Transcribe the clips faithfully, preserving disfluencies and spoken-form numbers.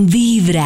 Vibra.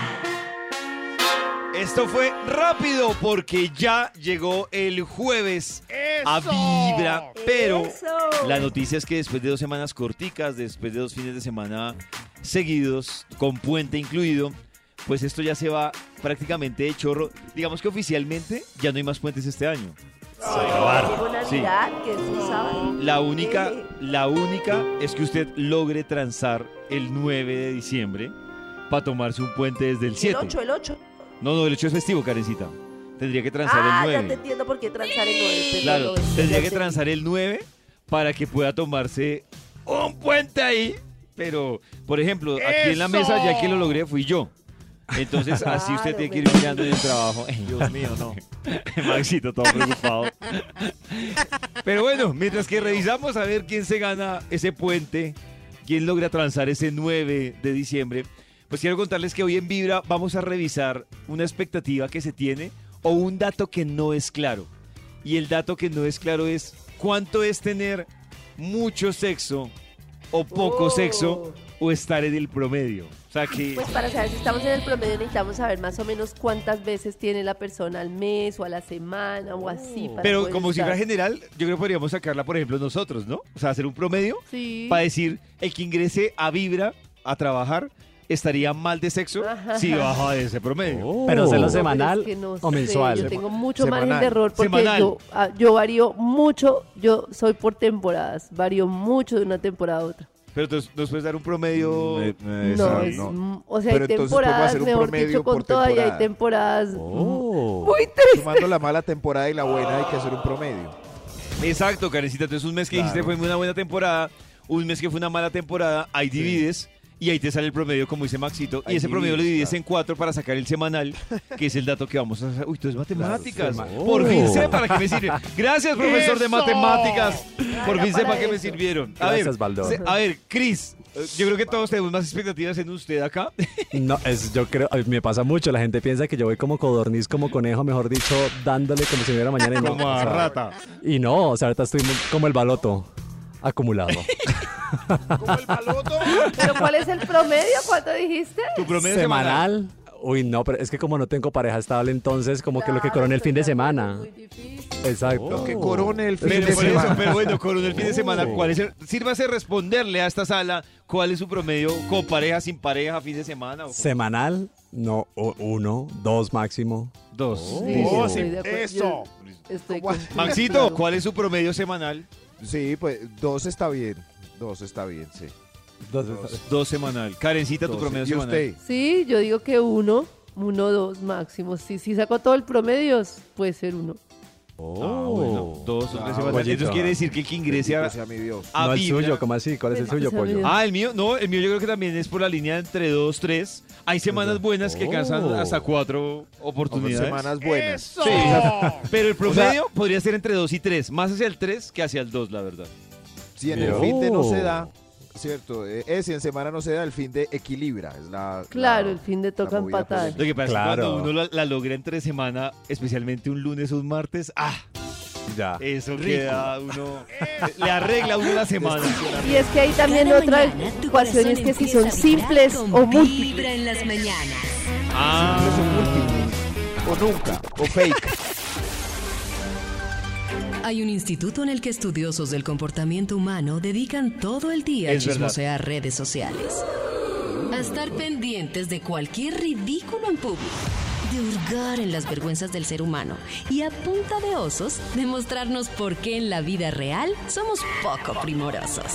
Esto fue rápido porque ya llegó el jueves a Vibra, pero ¡Eso! la noticia es que después de dos semanas corticas, después de dos fines de semana seguidos, con puente incluido, pues esto ya se va prácticamente de chorro. Digamos que oficialmente ya no hay más puentes este año. Llegó Navidad, que es un sábado. La única, Eh, la única es que usted logre transar el nueve de diciembre para tomarse un puente desde el El siete. ocho, el ocho. No, no, el ocho es festivo, Karencita. Tendría que transar Ah, el ya te nueve. entiendo por qué transar el nueve. perdón, Claro, lo- tendría ya que entendí. transar el nueve para que pueda tomarse un puente ahí. Pero, por ejemplo, aquí en la mesa ya que lo logré fui yo. Entonces, así usted Claro, tiene que ir me- mirando en el trabajo. Dios mío, no. Maxito, todo preocupado. Pero bueno, mientras que revisamos a ver quién se gana ese puente, quién logra transar ese nueve de diciembre, pues quiero contarles que hoy en Vibra vamos a revisar una expectativa que se tiene o un dato que no es claro. Y el dato que no es claro es cuánto es tener mucho sexo o poco Oh. sexo o estar en el promedio. O sea que... Pues para saber si estamos en el promedio necesitamos saber más o menos cuántas veces tiene la persona al mes o a la semana o así. para Pero poder como estar. cifra general, yo creo que podríamos sacarla, por ejemplo, nosotros, ¿no? O sea, hacer un promedio Sí. para decir, el que ingrese a Vibra a trabajar estaría mal de sexo Ajá. si baja de ese promedio. Oh. Pero hacerlo No, pero semanal es que no o sé, mensual. Yo tengo mucho Semanal. margen de error porque Semanal. yo, ah, yo varío mucho, yo soy por temporadas, varío mucho de una temporada a otra. Pero entonces, ¿nos puedes dar un promedio? Eh, eh, No, esa, es, no. mm, o sea, Pero hay entonces podemos temporadas, hacer un mejor promedio dicho, con por toda y hay temporada. temporadas mm, Oh. muy tristes. Sumando la mala temporada y la buena hay que hacer un promedio. Exacto, Karencita. Entonces, un mes que Claro. dijiste fue una buena temporada, un mes que fue una mala temporada, ahí divides y ahí te sale el promedio, como dice Maxito. Y Ahí ese promedio lo divides, divides claro. en cuatro para sacar el semanal, que es el dato que vamos a hacer. Uy, tú es matemáticas. Claro, sema- Por fin Oh. sé para qué me sirve. Gracias, profesor de matemáticas. Por Era fin sé para para qué me eso. sirvieron. A Gracias, ver, Baldor. se- a ver, Cris, eh, yo creo que todos tenemos más expectativas en usted acá. No, es, yo creo, a mí me pasa mucho. La gente piensa que yo voy como codorniz, como conejo, mejor dicho, dándole como si no hubiera mañana. Y no, Como o a sea, rata. Y no, o sea, ahorita estoy muy- como el baloto acumulado. Como el baloto. ¿Pero cuál es el promedio? ¿Cuánto dijiste? Tu promedio semanal. Semanal. Uy, no, pero es que como no tengo pareja estable, entonces como que lo que corona el fin de semana. Muy difícil. Exacto. Lo que corone el fin Pero, de por eso, semana. pero bueno, con el fin de semana, Oh. ¿cuál es el, sírvase responderle a esta sala cuál es su promedio con pareja, sin pareja, fin de semana? O Semanal, no, o- uno, dos máximo. dos. Sí, Listo. estoy de acuerdo. Eso. Yo Estoy ¿Cómo con- Maxito, ¿cuál es su promedio semanal? Sí, pues dos está bien. Dos está bien, sí. Dos, Dos semanal. Karencita, tu Dos. promedio ¿Y semanal. usted? Sí, yo digo que uno, uno, dos máximo. Si, si saco todo el promedio, puede ser uno. Ah, bueno, dos o tres Ah, semanas. pollito. Entonces quiere decir que el que ingrese a, Bendito sea mi Dios. a no el Vibra- suyo, ¿cómo así? ¿Cuál es el suyo, Bendito sea pollo? Dios. Ah, el mío, no, el mío yo creo que también es por la línea entre dos, tres. Hay semanas buenas que alcanzan Oh. hasta cuatro Hombre, oportunidades. semanas buenas. Sí, pero el promedio podría ser entre dos y tres. Más hacia el tres que hacia el dos, la verdad. Si en el Oh. fin de no se da, cierto, eh, eh, si en semana no se da, el fin de equilibra. Es la, Claro, la- el fin de toca la movida empatar. polémica. Lo que pasa Claro. es que cuando uno la, la logra entre semana, especialmente un lunes o un martes, ¡ah! Ya. Eso queda uno. Le arregla a uno la semana. Y es que hay también Cada otras mañana tu ecuaciones corazón que si empieza son a vibrar simples con o múltiples. Vibra en las mañanas. Ah, O nunca, o fake. Hay un instituto en el que estudiosos del comportamiento humano dedican todo el día a Es verdad. chismosear redes sociales. A estar pendientes de cualquier ridículo en público. De hurgar en las vergüenzas del ser humano. Y a punta de osos, demostrarnos por qué en la vida real somos poco primorosos.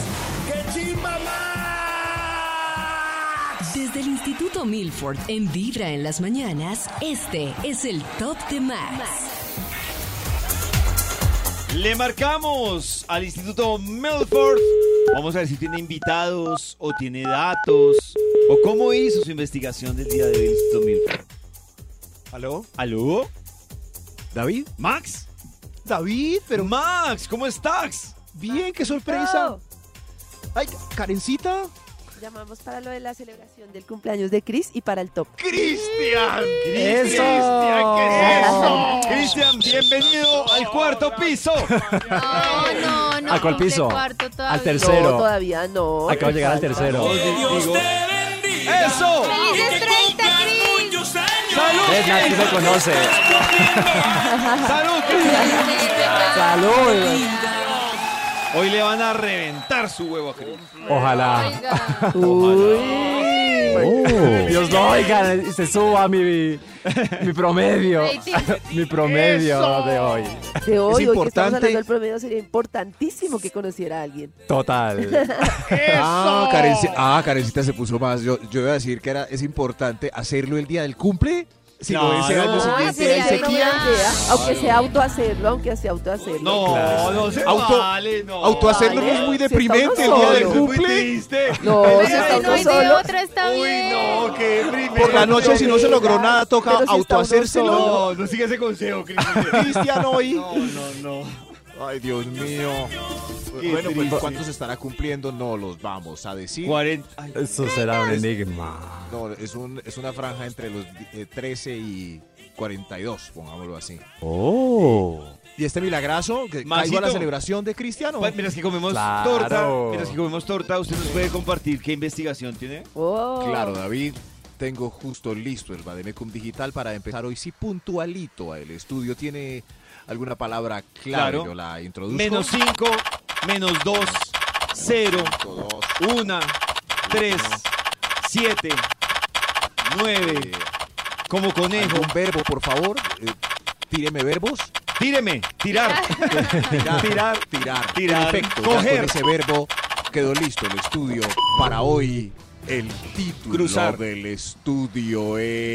Desde el Instituto Milford en Vibra en las mañanas, este es el Top de Max. le marcamos al Instituto Milford. Vamos a ver si tiene invitados o tiene datos o cómo hizo su investigación del día de hoy el Instituto Milford. ¿Aló? ¿Aló? ¿David? ¿Max? David, Pero Max, ¿cómo estás? bien, qué sorpresa. No. Ay, Karencita. Llamamos para lo de la celebración del cumpleaños de Chris y para el top. ¡Cristian! ¡Eso! ¡Cristian! ¿Qué es eso? Cristian, bienvenido al cuarto piso. No, no, no. ¿A cuál piso? cumple cuarto todavía. Al tercero. No, todavía no. Acabo de llegar al tercero. Digo, ¡eso! ¡Felices Eh, Nati me conoce. ¡Salud! ¡Salud! Hoy le van a reventar su huevo a Cris. Ojalá. Oiga. Oh. Dios lo oiga y se suba mi, mi promedio. Rating. Mi promedio de hoy. De hoy, hoy que estamos importante- hablando del promedio, sería importantísimo que conociera a alguien. Total. Ah, Karenci- ah, Karencita se puso más. Yo, yo iba a decir que era, es importante hacerlo el día del cumple. Si no, Claro. ese año Ah, siguiente sería hay Esa es una buena sequía. idea, aunque sea autohacerlo, aunque sea autohacerlo. No, Claro. no se Auto- vale, no. Autohacerlo no Vale. es muy Si está deprimente el uno día del solo. Es muy cumple. triste. No, Pero si está si no uno hay de solo. otra, está Uy, bien. no, qué primero. Por la noche, si no se logró nada, toca Pero si está uno autohacérselo. No, no siga ese consejo, Cristian. Cristian hoy. No, no, no. Ay, Dios mío. Qué Bueno, pues triste. ¿cuántos estará cumpliendo? No los vamos a decir. cuarenta. Ay, Eso será un enigma. No, es, un, es una franja entre los eh, trece y cuarenta y dos, pongámoslo así. Oh. Y este milagrazo, que Maxito. caigo a la celebración de Cristiano. pa- mientras que comemos Claro. torta, mientras que comemos torta, usted nos puede compartir qué investigación tiene. Oh. Claro, David, tengo justo listo el Bademecum Digital para empezar hoy sí puntualito. El estudio tiene alguna palabra clave, Claro. yo la introduzco. Menos cinco, menos dos, cero, Dos, una, tres, siete, nueve, eh, como conejo. ¿Algún verbo, por favor? Eh, tíreme verbos. Tíreme, tirar. Tirar, Tirar, tirar, tirar, Perfecto, ya coger. con ese verbo quedó listo el estudio para hoy. El título Cruzar. del estudio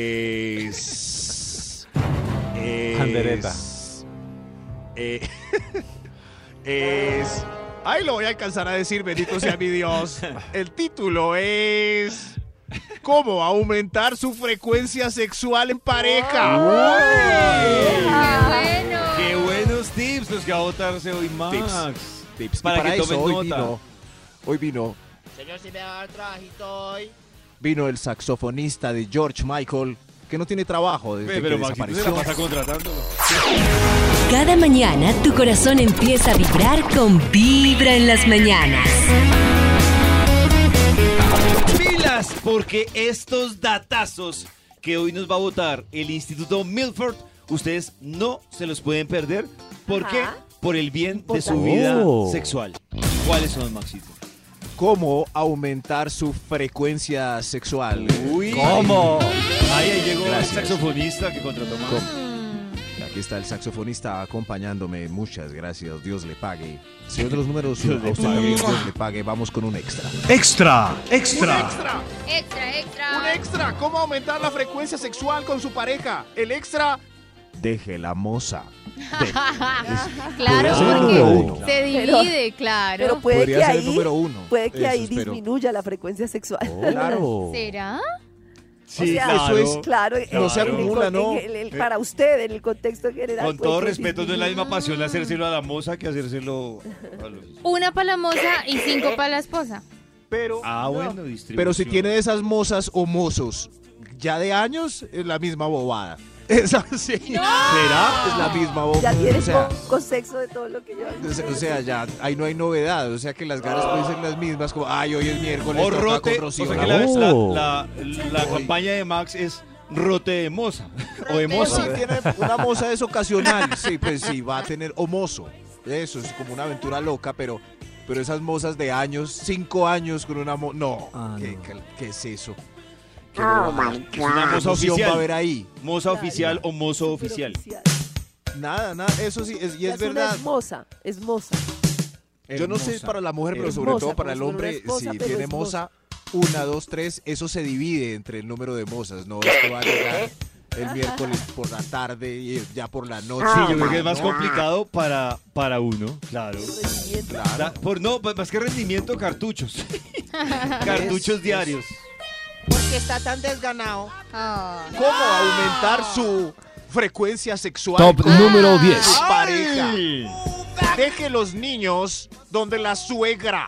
es... es Pandereta. eh, es... Ay, lo voy a alcanzar a decir, bendito sea mi Dios. El título es... ¿Cómo aumentar su frecuencia sexual en pareja? ¡Qué bueno! Qué buenos tips los que va a votarse hoy, Max. Tips. Para Y para que eso tomen hoy nota. vino, hoy vino, Señor, si me va a dar trabajito hoy. vino el saxofonista de George Michael, que no tiene trabajo desde Ve, pero que Maxito se la desapareció. pasa contratando. Cada mañana tu corazón empieza a vibrar con Vibra en las mañanas. Pilas, porque estos datazos que hoy nos va a votar el Instituto Milford, ustedes no se los pueden perder. ¿Por qué? Ajá. Por el bien de su Importante. vida Oh. sexual. ¿Cuáles son, Maxito? ¿Cómo aumentar su frecuencia sexual? Uy. ¿Cómo? Ahí, ahí llegó Gracias. el saxofonista que contrató Max. ¿Cómo? Aquí está el saxofonista acompañándome. Muchas gracias. Dios le pague. Señor de los números, a usted también Dios le pague. Vamos con un extra. Extra, extra. ¡Extra! Extra, extra. ¡Un extra! ¿Cómo aumentar la frecuencia sexual con su pareja? El extra. Deje la moza. Claro, Podría ser el porque número uno. se divide, claro. Pero puede Podría que ser el ahí, número uno. puede que Eso ahí espero. disminuya la frecuencia sexual. Claro. ¿Será? Sí, o sea, claro. eso es- Claro, No se en el acumula, con- ¿no? en el- el- para usted, en el contexto general. Con puede todo que respeto, no es la disminuya. misma pasión hacérselo a la moza que hacérselo a los... Una para la moza y cinco para la esposa. Pero, Ah, bueno, distribución. pero si tiene de esas mozas o mozos ya de años, es la misma bobada. Esa sí. ¿Será? Es la misma bobada. Ya tienes O sea, con, con sexo de todo lo que yo hago. O sea, o sea, ya ahí no hay novedad, o sea que las ganas pueden ser las mismas, como, ay, hoy es miércoles, O toca rote, con o Rocío. sea que la la, Moza. la, Oh. la, la Hoy. campaña de Max es rote de moza o de O moza. si tiene una moza es ocasional, sí, pues sí, va a tener, o mozo, eso es como una aventura loca, pero, pero esas mozas de años, cinco años con una moza, no, Ah, ¿qué, no. qué- qué es eso? ¿Qué bobada? Es una moza emoción va a oficial. haber ahí? Moza oficial o mozo oficial. Nada, nada, eso sí, es, y Ya es una verdad. esmosa, es moza. Yo no sé Hermosa. para la mujer, pero sobre Hermosa, todo para el como si fuera hombre, una esposa, si pero tiene es moza, una, dos, tres, eso se divide entre el número de mozas, no es que va a llegar el miércoles por la tarde y ya por la noche. Sí, yo creo que es más No, complicado para, para uno, claro. Rendimiento. claro. La- por no, pues, más que rendimiento, cartuchos. Cartuchos diarios. ¿Por qué está tan desganado? Ah. ¿Cómo aumentar su frecuencia sexual Top con número su diez. pareja? Ay. Deje los niños donde la suegra.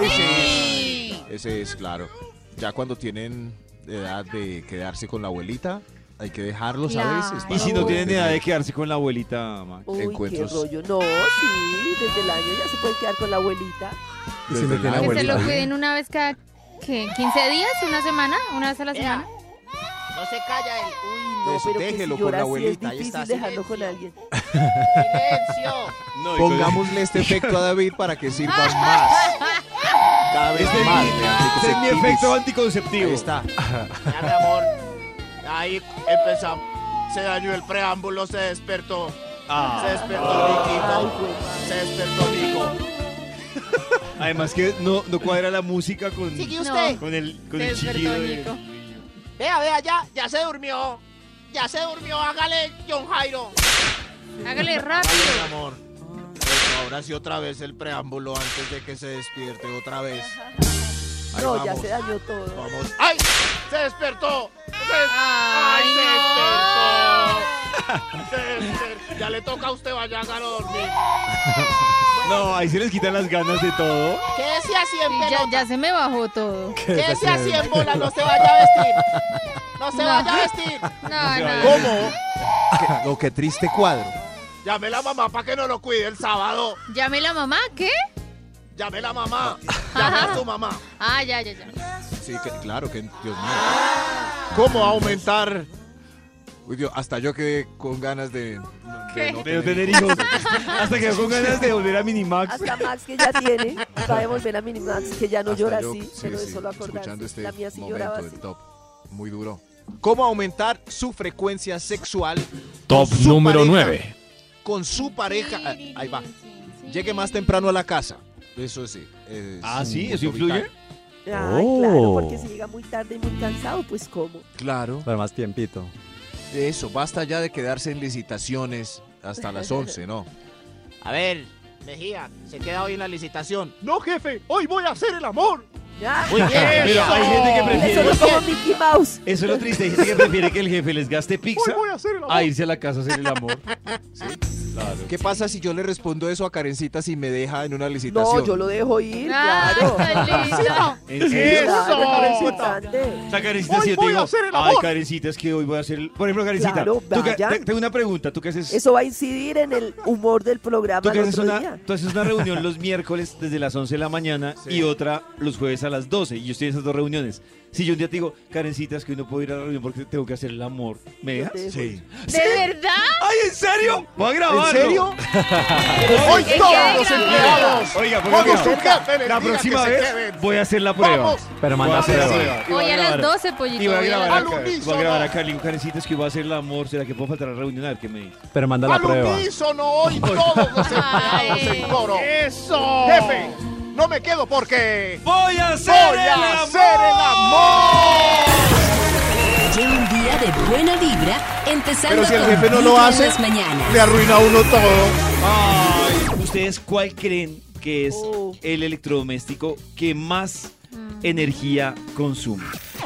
Ese es, ese es, claro. Ya cuando tienen edad de quedarse con la abuelita, hay que dejarlos a Claro. veces. Y para si no poder tienen edad de tener- quedarse con la abuelita, Max. Uy, encuentros. qué rollo. No, sí, desde el año ya se puede quedar con la abuelita. Y si Desde no el tiene agua, Que se abuelita. lo cuiden una vez cada, ¿qué? ¿quince días? ¿Una semana? ¿Una vez a la semana? No se calla él. Uy, no, Eso, pero que déjelo si con llora la así abuelita, es ahí difícil está, dejarlo con silencio. alguien. Silencio. No, y con- Pongámosle este efecto a David para que sirva más. Cada vez Este es más. mi- de este es mi anticonceptivos. efecto anticonceptivo. Ahí está. Ya, mi amor. Ahí empezamos. Se dañó el preámbulo, se despertó. Ah. Se despertó Ay, Niquito. güey. Se despertó Nico. Además que no, no cuadra la música con, Sigue No. usted. con el, con Se el despertó chillido de- Nico. Vea, vea, ya, ya se durmió. Ya se durmió, hágale, John Jairo. Hágale Hágale, rápido. mi amor. Eso, ahora sí otra vez el preámbulo antes de que se despierte otra vez. Ahí No, vamos. ya se dañó todo. Vamos. ¡Ay! ¡Se despertó! ¡Se, des- Ay, ¡Ay, no. se despertó! ¡Se despertó! Ya le toca a usted, vaya, hágalo dormir. No, ahí se les quitan las ganas de todo. Quédese así en Sí, ya, pelota. ya se me bajó todo. Quédese así en bola, no se vaya a vestir. No se No. vaya a vestir. No, se no. vaya. ¿Cómo? Qué, oh, qué triste cuadro. Llame a la mamá para que no lo cuide el sábado. ¿Llame a la mamá? ¿Qué? Llame a la mamá. Llame a su mamá. Ah, ya, ya, ya. Sí, que, claro que, Dios mío. ¿Cómo aumentar? Uy, Dios, hasta yo quedé con ganas de, de ¿Qué? no De no tener tener hijos. Hasta quedó con ganas de volver a Minimax. Hasta Max, que ya tiene, va a devolver a Minimax, que ya no Hasta llora yo, así, sí, pero sí, de solo acordarse. escuchando este La mía sí momento lloraba del así. top. Muy duro. ¿Cómo aumentar su frecuencia sexual Top con su número pareja? nueve. Con su pareja. Ah, ahí va. Llegue más temprano a la casa. Eso sí. es Ah, un sí, punto eso influye. vital. Ay, Oh. claro, porque si llega muy tarde y muy cansado, pues ¿cómo? Claro. Para más tiempito. Eso, basta ya de quedarse en licitaciones hasta las once, ¿no? A ver, Mejía, se queda hoy en la licitación. No, jefe, hoy voy a hacer el amor. ¿Ya? Muy bien. Pero hay gente que Le prefiere. sonó como Mickey Mouse. Eso es lo triste. Hay gente que prefiere que el jefe les gaste pizza a hacer el a irse a la casa a hacer el amor. Sí, claro. ¿Qué pasa si yo le respondo eso a Karencita si me deja en una licitación? No, yo lo dejo ir, Ah, claro. lindo. ¿En serio? Claro, ¡Eso! es importante. O sea, Karencita, Hoy si yo te voy a digo, hacer el ay, amor. Karencita, es que hoy voy a hacer el... Por ejemplo, Karencita, Claro, tú que- vayan. te- tengo una pregunta. ¿Tú qué haces? Eso va a incidir en el humor del programa Tú que el haces otro una, día. tú haces una reunión los miércoles desde las once de la mañana Sí. y otra los jueves a las doce. Y yo estoy en esas dos reuniones. Si yo un día te digo, Karencita, es que hoy no puedo ir a la reunión porque tengo que hacer el amor, ¿me Yo dejas? te dejo Sí. ir. ¿De verdad? ¡Ay, en serio! Voy a grabarlo. ¿En serio? Hoy ¿Qué todos quiere los grabar? empleados. Oiga, Cuando ponga su cuidado. jefe les La diga próxima que se vez queden. voy a hacer la prueba. Vamos. Pero Voy a manda hacer la prueba. prueba. Y voy Hoy a las grabar. doce, pollito. Y voy a hoy a las grabar Al acá. unísono. Voy a grabar acá. Le digo, Karencita, es que voy a hacer el amor. ¿Será que puedo faltar a la reunión? A ver qué me dice. Pero manda la Al prueba. unísono hoy todos los empleados Ay. en coro. ¡Eso! Jefe, no me quedo porque ¡Voy a hacer voy a hacer el amor. Lleva un día de buena vibra, empezando Pero si el con jefe no lo Vibra en hace, las mañanas. le arruina a uno todo. Ay, ¿ustedes cuál creen que es Oh. el electrodoméstico que más energía consume?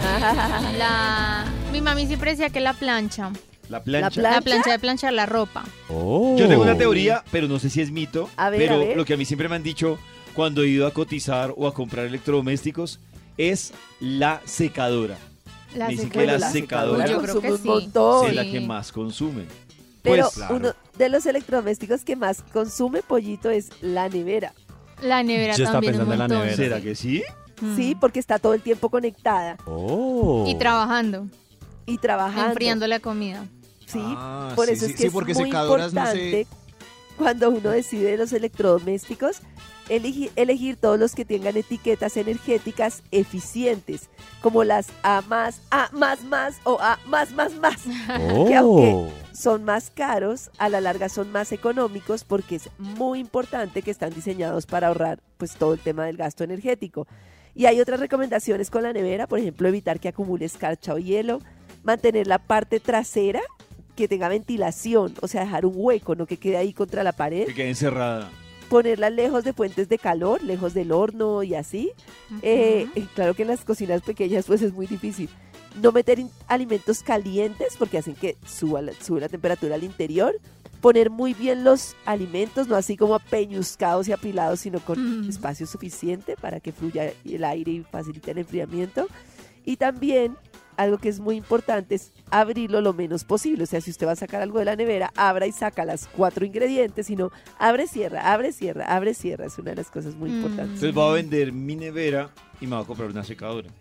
La... Mi mami siempre decía que la plancha. ¿La plancha? plancha. La plancha de planchar la ropa. Oh. Yo tengo una teoría, pero no sé si es mito. A ver, pero a ver. lo que a mí siempre me han dicho cuando he ido a cotizar o a comprar electrodomésticos es la secadora. La Me dicen que secadora. la secadora Yo creo consume que un sí. montón. es la Sí. que más consume. Pero Pues, claro. uno de los electrodomésticos que más consume pollito es la nevera. La nevera Yo estaba también un pensando en la montón. nevera. ¿será que sí? Mm. Sí, porque está todo el tiempo conectada Oh. Y trabajando, y trabajando. enfriando la comida. Sí, Ah, por sí, eso sí, es que sí, es porque muy secadoras no sé- importante cuando uno decide los electrodomésticos elegir, elegir todos los que tengan etiquetas energéticas eficientes, como las A más, A más más o A más más más. Que aunque Oh. son más caros, a la larga son más económicos porque es muy importante que están diseñados para ahorrar pues todo el tema del gasto energético. Y hay otras recomendaciones con la nevera, por ejemplo, evitar que acumule escarcha o hielo, mantener la parte trasera que tenga ventilación, o sea, dejar un hueco, no que quede ahí contra la pared, Que quede encerrada. ponerla lejos de fuentes de calor, lejos del horno y así. Eh, y claro que en las cocinas pequeñas pues es muy difícil. No meter in- alimentos calientes porque hacen que suba la, sube la temperatura al interior. Poner muy bien los alimentos, no así como apeñuscados y apilados, sino con Mm. espacio suficiente para que fluya el aire y facilite el enfriamiento. Y también, algo que es muy importante es abrirlo lo menos posible. O sea, si usted va a sacar algo de la nevera, abra y saca las cuatro ingredientes, sino abre, cierra, abre, cierra, abre, cierra. Es una de las cosas muy Mm. importantes. Entonces voy a vender mi nevera y me voy a comprar una secadora.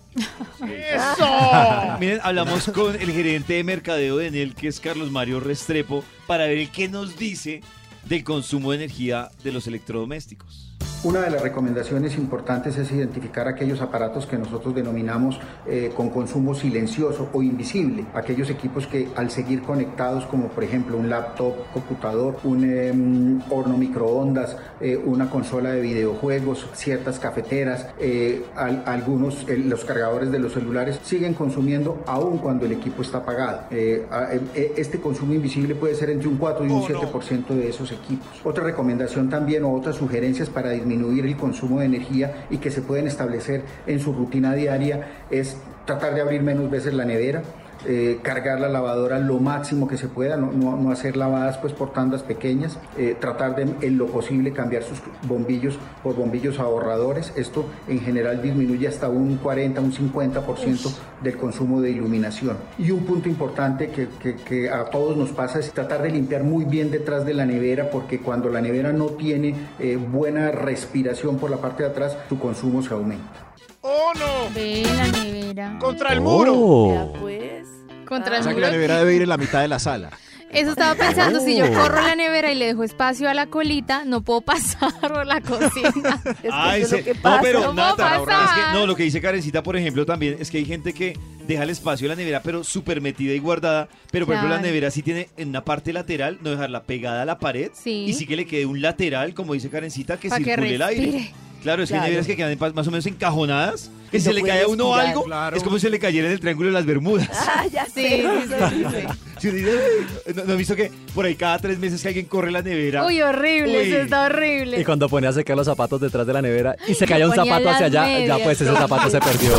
¡Eso! Miren, hablamos con el gerente de mercadeo de Enel, que es Carlos Mario Restrepo, para ver qué nos dice del consumo de energía de los electrodomésticos. Una de las recomendaciones importantes es identificar aquellos aparatos que nosotros denominamos eh, con consumo silencioso o invisible, aquellos equipos que al seguir conectados, como por ejemplo un laptop, computador, un eh, horno microondas, eh, una consola de videojuegos, ciertas cafeteras, eh, al, algunos, eh, los cargadores de los celulares siguen consumiendo aún cuando el equipo está apagado. Eh, eh, este consumo invisible puede ser entre un cuatro y un siete por ciento de esos equipos. Otra recomendación también o otras sugerencias para disminuir disminuir el consumo de energía y que se pueden establecer en su rutina diaria es tratar de abrir menos veces la nevera, eh, cargar la lavadora lo máximo que se pueda, no, no, no hacer lavadas pues por tandas pequeñas, eh, tratar de en lo posible cambiar sus bombillos por bombillos ahorradores. Esto en general disminuye hasta un cuarenta, un cincuenta por ciento del consumo de iluminación. Y un punto importante que, que, que a todos nos pasa es tratar de limpiar muy bien detrás de la nevera, porque cuando la nevera no tiene eh, buena respiración por la parte de atrás, su consumo se aumenta. ¡Oh, no! Ve la nevera. ¡Contra el muro! Oh. Ya pues. Contra Ah. el O sea que muro. la nevera debe ir en la mitad de la sala. Eso estaba pensando, si yo corro la nevera y le dejo espacio a la colita, no puedo pasar por la cocina. Es que Ay, eso es se- lo que no, pasa. pero ¿Cómo Nata, pasa? es que no, lo que dice Karencita, por ejemplo, también es que hay gente que deja el espacio de la nevera, pero súper metida y guardada. Pero por ejemplo, la Claro. nevera sí tiene en una parte lateral, no dejarla pegada a la pared. Sí. Y sí que le quede un lateral, como dice Karencita, que Pa' que circule el aire. respire. Claro, es que hay Claro. neveras que quedan pa- más o menos encajonadas, que Y si no se le puede cae a uno respirar. algo, Claro. es como si se le cayera en el triángulo de las Bermudas. Ah, ya Sí, sé. sí, sí, sí. Si uno dice, "Ay", ¿no, no he visto que por ahí cada tres meses que alguien corre la nevera? Uy, horrible, Uy. eso está horrible. Y cuando ponía a secar los zapatos detrás de la nevera y se caía un ponía zapato hacia las allá, medias. ya pues ese zapato se perdió.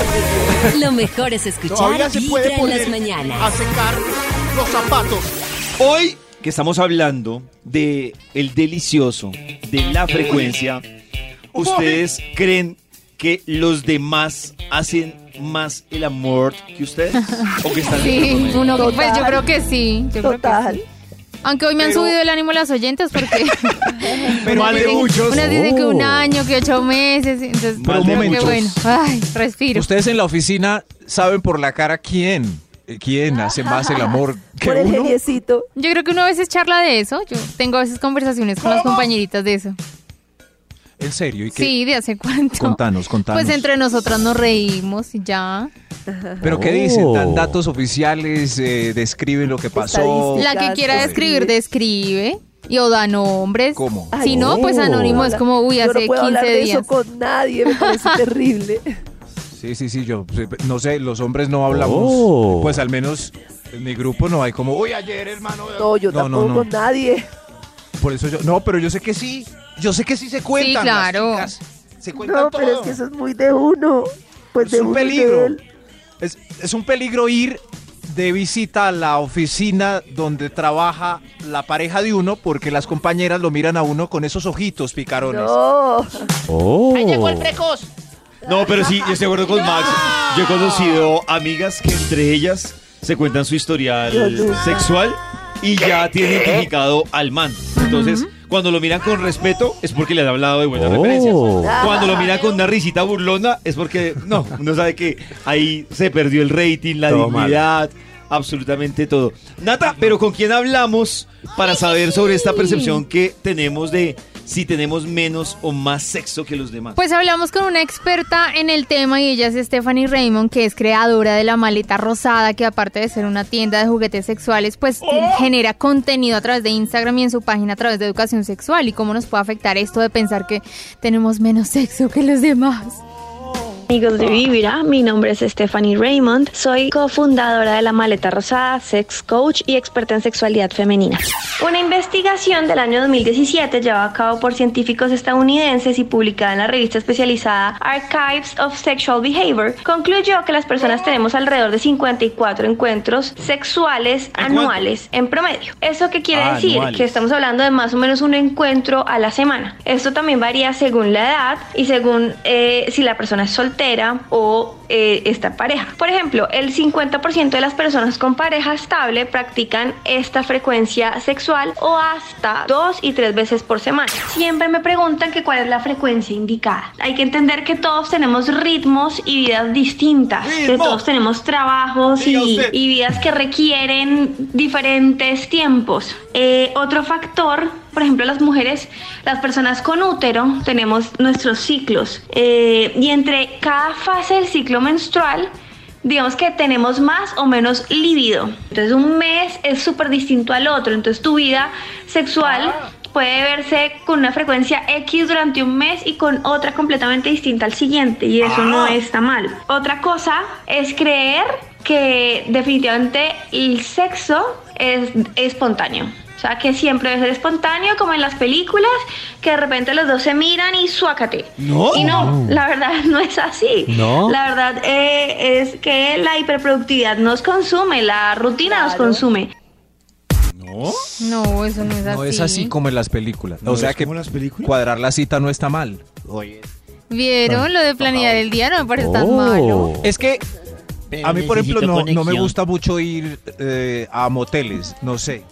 Lo mejor es escuchar Todavía se puede Vibra en las poner mañanas. a secar los zapatos. Hoy que estamos hablando de el delicioso, de la frecuencia, ¿ustedes creen que los demás hacen más el amor que ustedes? ¿O que están en el Sí, promedio? uno, pues Total. yo creo que sí. Yo creo que Total. sí. Aunque hoy me han Pero- subido el ánimo las oyentes porque Pero unas mal de dicen- muchos. unas dicen que un Oh. año, que ocho meses, entonces Pero un creo que momento. bueno, ay, respiro. Ustedes en la oficina saben por la cara quién, eh, quién hace más el amor que Por el uno. geniecito. Yo creo que uno a veces charla de eso, yo tengo a veces conversaciones con las compañeritas de eso. En serio, ¿y qué? Sí, ¿de hace cuánto? Contanos, contanos. Pues entre nosotras nos reímos y ya. ¿Pero qué Oh. dicen? ¿Dan datos oficiales? Eh, ¿Describen lo que pasó? Estadística. La que quiera Chicas, describir, escribe. describe. Y o da nombres. ¿Cómo? Ay, Si no, pues oh. anónimo es como, uy, Yo hace no puedo hablar quince de días. eso con nadie, me parece terrible. Sí, sí, sí, yo sí, no sé, los hombres no hablamos. Oh. Pues al menos en mi grupo no hay como, uy, Uy, ayer, hermano. No, yo No, no, tampoco no. con nadie. por eso yo. No, pero yo sé que sí. Yo sé que sí se cuentan. Sí, claro. las chicas. Se cuentan No, todo. pero es que eso es muy de uno. Pues Es de un uno y de peligro. él. Es, es un peligro ir de visita a la oficina donde trabaja la pareja de uno porque las compañeras lo miran a uno con esos ojitos picarones. No. Oh. Ahí llegó el precoz. No, pero sí, yo estoy de acuerdo con Max. Yo he conocido amigas que entre ellas se cuentan su historial Yo nunca. sexual y ya tienen identificado al man. Entonces, cuando lo miran con respeto es porque le han hablado de buenas Oh. referencias. Cuando lo miran con una risita burlona es porque, no, uno sabe que ahí se perdió el rating, la Todo mal. dignidad, absolutamente todo. Nata, pero ¿con quién hablamos para saber sobre esta percepción que tenemos de si tenemos menos o más sexo que los demás? Pues hablamos con una experta en el tema y ella es Stephanie Raymond, que es creadora de La Maleta Rosada, que aparte de ser una tienda de juguetes sexuales, pues genera contenido a través de Instagram y en su página a través de educación sexual. ¿Y cómo nos puede afectar esto de pensar que tenemos menos sexo que los demás? Amigos de Vibra, mi nombre es Stephanie Raymond, soy cofundadora de La Maleta Rosada, sex coach y experta en sexualidad femenina. Una investigación del año dos mil diecisiete llevada a cabo por científicos estadounidenses y publicada en la revista especializada Archives of Sexual Behavior concluyó que las personas tenemos alrededor de cincuenta y cuatro encuentros sexuales anuales en promedio. ¿Eso qué quiere Ah, decir? anuales. Que estamos hablando de más o menos un encuentro a la semana. Esto también varía según la edad y según eh, si la persona es soltera soltera o eh, esta en pareja. Por ejemplo, el cincuenta por ciento de las personas con pareja estable practican esta frecuencia sexual o hasta dos y tres veces por semana. Siempre me preguntan que cuál es la frecuencia indicada. Hay que entender que todos tenemos ritmos y vidas distintas, ¡Ritmo! que todos tenemos trabajos y, y vidas que requieren diferentes tiempos. Eh, otro factor, por ejemplo, las mujeres, las personas con útero, tenemos nuestros ciclos eh, y entre cada fase del ciclo menstrual, digamos que tenemos más o menos líbido. Entonces un mes es súper distinto al otro, entonces tu vida sexual puede verse con una frecuencia X durante un mes y con otra completamente distinta al siguiente, y eso no está mal. Otra cosa es creer que definitivamente el sexo es espontáneo. O sea, que siempre debe ser espontáneo, como en las películas, que de repente los dos se miran y suácate. No. Y no, la verdad no es así. No. La verdad eh, es que la hiperproductividad nos consume, la rutina Claro. nos consume. ¿No? No, eso no es así. No es así como en las películas. ¿No o sea es que como en las películas? cuadrar la cita no está mal. Oye, ¿Vieron? Lo de planear el día no me parece tan Oh. malo. Es que Pero a mí, por ejemplo, necesito no, no me conexión. gusta mucho ir eh, a moteles. No sé.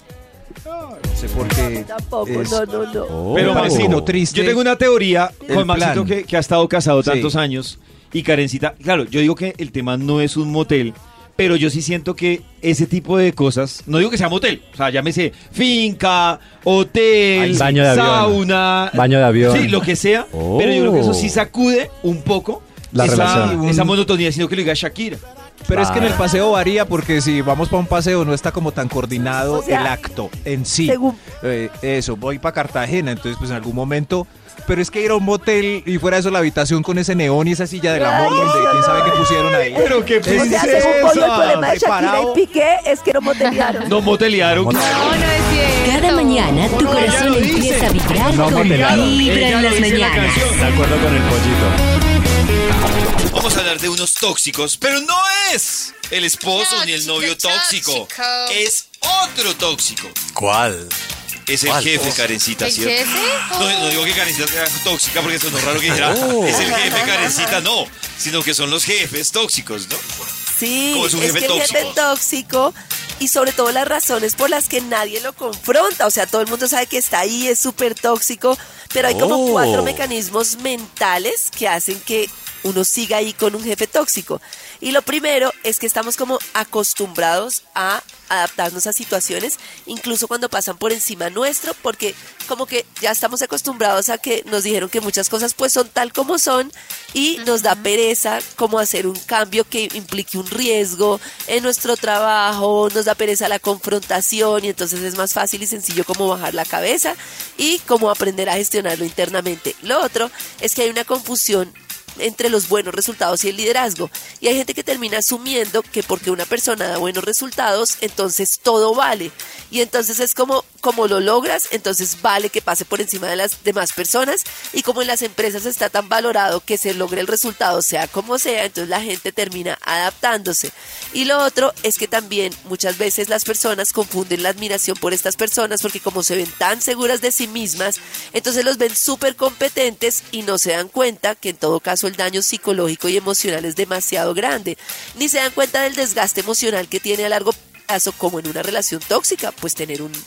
No sé por qué. Tampoco, es- no, no, no. Oh. Pero me parece Maxito, como triste. yo tengo una teoría el con Maxito plan. que, que ha estado casado Sí. tantos años y Karencita. Claro, yo digo que el tema no es un motel, pero yo sí siento que ese tipo de cosas, no digo que sea motel, o sea, llámese finca, hotel, Ay, baño de avión. sauna, Baño de avión. sí, lo que sea, Oh. pero yo creo que eso sí sacude un poco La esa, relación. esa monotonía, sino que lo diga Shakira. Pero es que en el Claro. paseo varía porque si vamos para un paseo no está como tan coordinado O sea, el acto en sí. según- Eh, eso, voy para Cartagena, entonces pues en algún momento. Pero es que ir a un motel y fuera de eso la habitación con ese neón y esa silla del amor donde quién sabe qué pusieron ahí. Pero qué O sea, según Pollo, el problema de Shakira preparado. y Piqué es que no motelearon. No motelearon. No, no es cierto. Cada mañana tu No, ella corazón lo dice. empieza a vibrar No, con motelearon. Vibra Ella en lo las dice en la mañanas. canción. De acuerdo con el pollito. Vamos a hablar de unos tóxicos, pero no es el esposo ni el novio tóxico. Es otro tóxico. ¿Cuál? Es el jefe, Karencita, ¿El ¿cierto? jefe? No, no digo que Karencita sea tóxica porque eso no es raro que dijera, Oh. es el jefe, Karencita, no. Sino que son los jefes tóxicos, ¿no? Sí, ¿Cómo es un es jefe que el jefe tóxico? tóxico y sobre todo las razones por las que nadie lo confronta. O sea, todo el mundo sabe que está ahí, es súper tóxico, pero hay como Oh. cuatro mecanismos mentales que hacen que uno siga ahí con un jefe tóxico. Y lo primero es que estamos como acostumbrados a adaptarnos a situaciones, incluso cuando pasan por encima nuestro, porque como que ya estamos acostumbrados a que nos dijeron que muchas cosas pues son tal como son y nos da pereza como hacer un cambio que implique un riesgo en nuestro trabajo, nos da pereza la confrontación y entonces es más fácil y sencillo como bajar la cabeza y como aprender a gestionarlo internamente. Lo otro es que hay una confusión entre los buenos resultados y el liderazgo. Y hay gente que termina asumiendo que porque una persona da buenos resultados, entonces todo vale. Y entonces es como, como lo logras, entonces vale que pase por encima de las demás personas. Y como en las empresas está tan valorado que se logre el resultado, sea como sea, entonces la gente termina adaptándose. Y lo otro es que también muchas veces las personas confunden la admiración por estas personas porque como se ven tan seguras de sí mismas, entonces los ven súper competentes y no se dan cuenta que en todo caso el daño psicológico y emocional es demasiado grande. Ni se dan cuenta del desgaste emocional que tiene a largo plazo, como en una relación tóxica, pues tener un,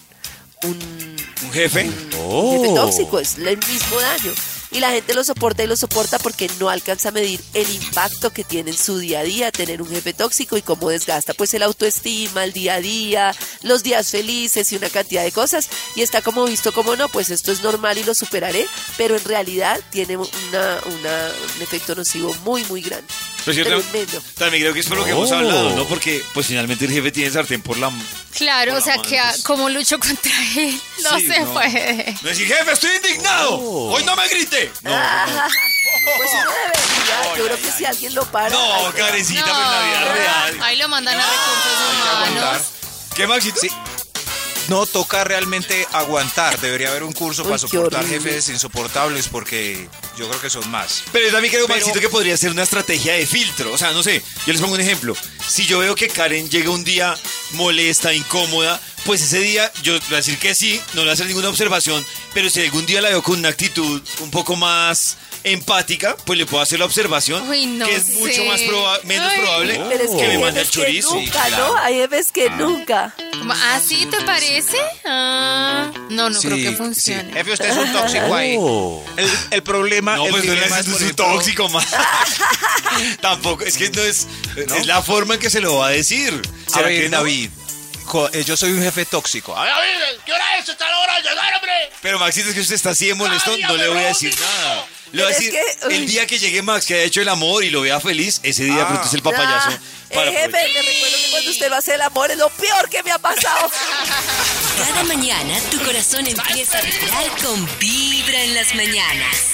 un, ¿Un jefe? un jefe tóxico es el mismo daño. Y la gente lo soporta y lo soporta porque no alcanza a medir el impacto que tiene en su día a día tener un jefe tóxico y cómo desgasta pues el autoestima, el día a día, los días felices y una cantidad de cosas. Y está como visto como no, pues esto es normal y lo superaré, pero en realidad tiene una, una, un efecto nocivo muy, muy grande. Pero cierto, Tremendo. también creo que es por lo que hemos Oh. hablado, ¿no? Porque pues finalmente el jefe tiene sartén por la... Claro, Por o sea la que mano, ah, pues. como lucho contra él, no Sí, se no. puede. No decir, jefe, estoy indignado. Hoy no me grite. No, no, Ah, pues uno debería, yo creo que si alguien lo para. no, hay que- Karencita, pero en la vida real. Ahí lo mandan a recursos humanos. ¿Qué, Maxito? Sí. No, toca realmente aguantar. Debería haber un curso Uy, para qué soportar horrible. jefes insoportables porque yo creo que son más. Pero yo también creo, Pero- Maxito, que podría ser una estrategia de filtro. O sea, no sé, yo les pongo un ejemplo. Si yo veo que Karen llega un día molesta, incómoda, pues ese día yo voy a decir que sí, no le voy a hacer ninguna observación, pero si algún día la veo con una actitud un poco más empática, pues le puedo hacer la observación Uy, no que es sé. mucho más proba- menos Ay, probable no. Pero es que, que me hay mande el jefes que chorizo. nunca, Claro. ¿no? Hay jefes que nunca. ¿Ah, sí te parece? Ah, no, no Sí, creo que sí. funcione. Jefe, usted es un tóxico ahí. El, el problema, No, el pues no dilema es, es, por un ejemplo, tóxico más. Tampoco, es que no es, es la forma en que se lo va a decir. A ¿Será ver, que no? David, jo- eh, yo soy un jefe tóxico. A ver, David, ¿qué hora es? Está la hora de llegar, hombre. Pero Maxito, es que usted está así de molestón, no le voy a decir nada. Le voy a Pero es decir, que, uy. el día que llegue Max, que haya hecho el amor y lo vea feliz, ese día Ah. pronto es el papayazo. Ah, para eh, jefe, poder- le recuerdo que cuando usted lo hace el amor es lo peor que me ha pasado. Cada mañana tu corazón empieza a vibrar con Vibra en las mañanas.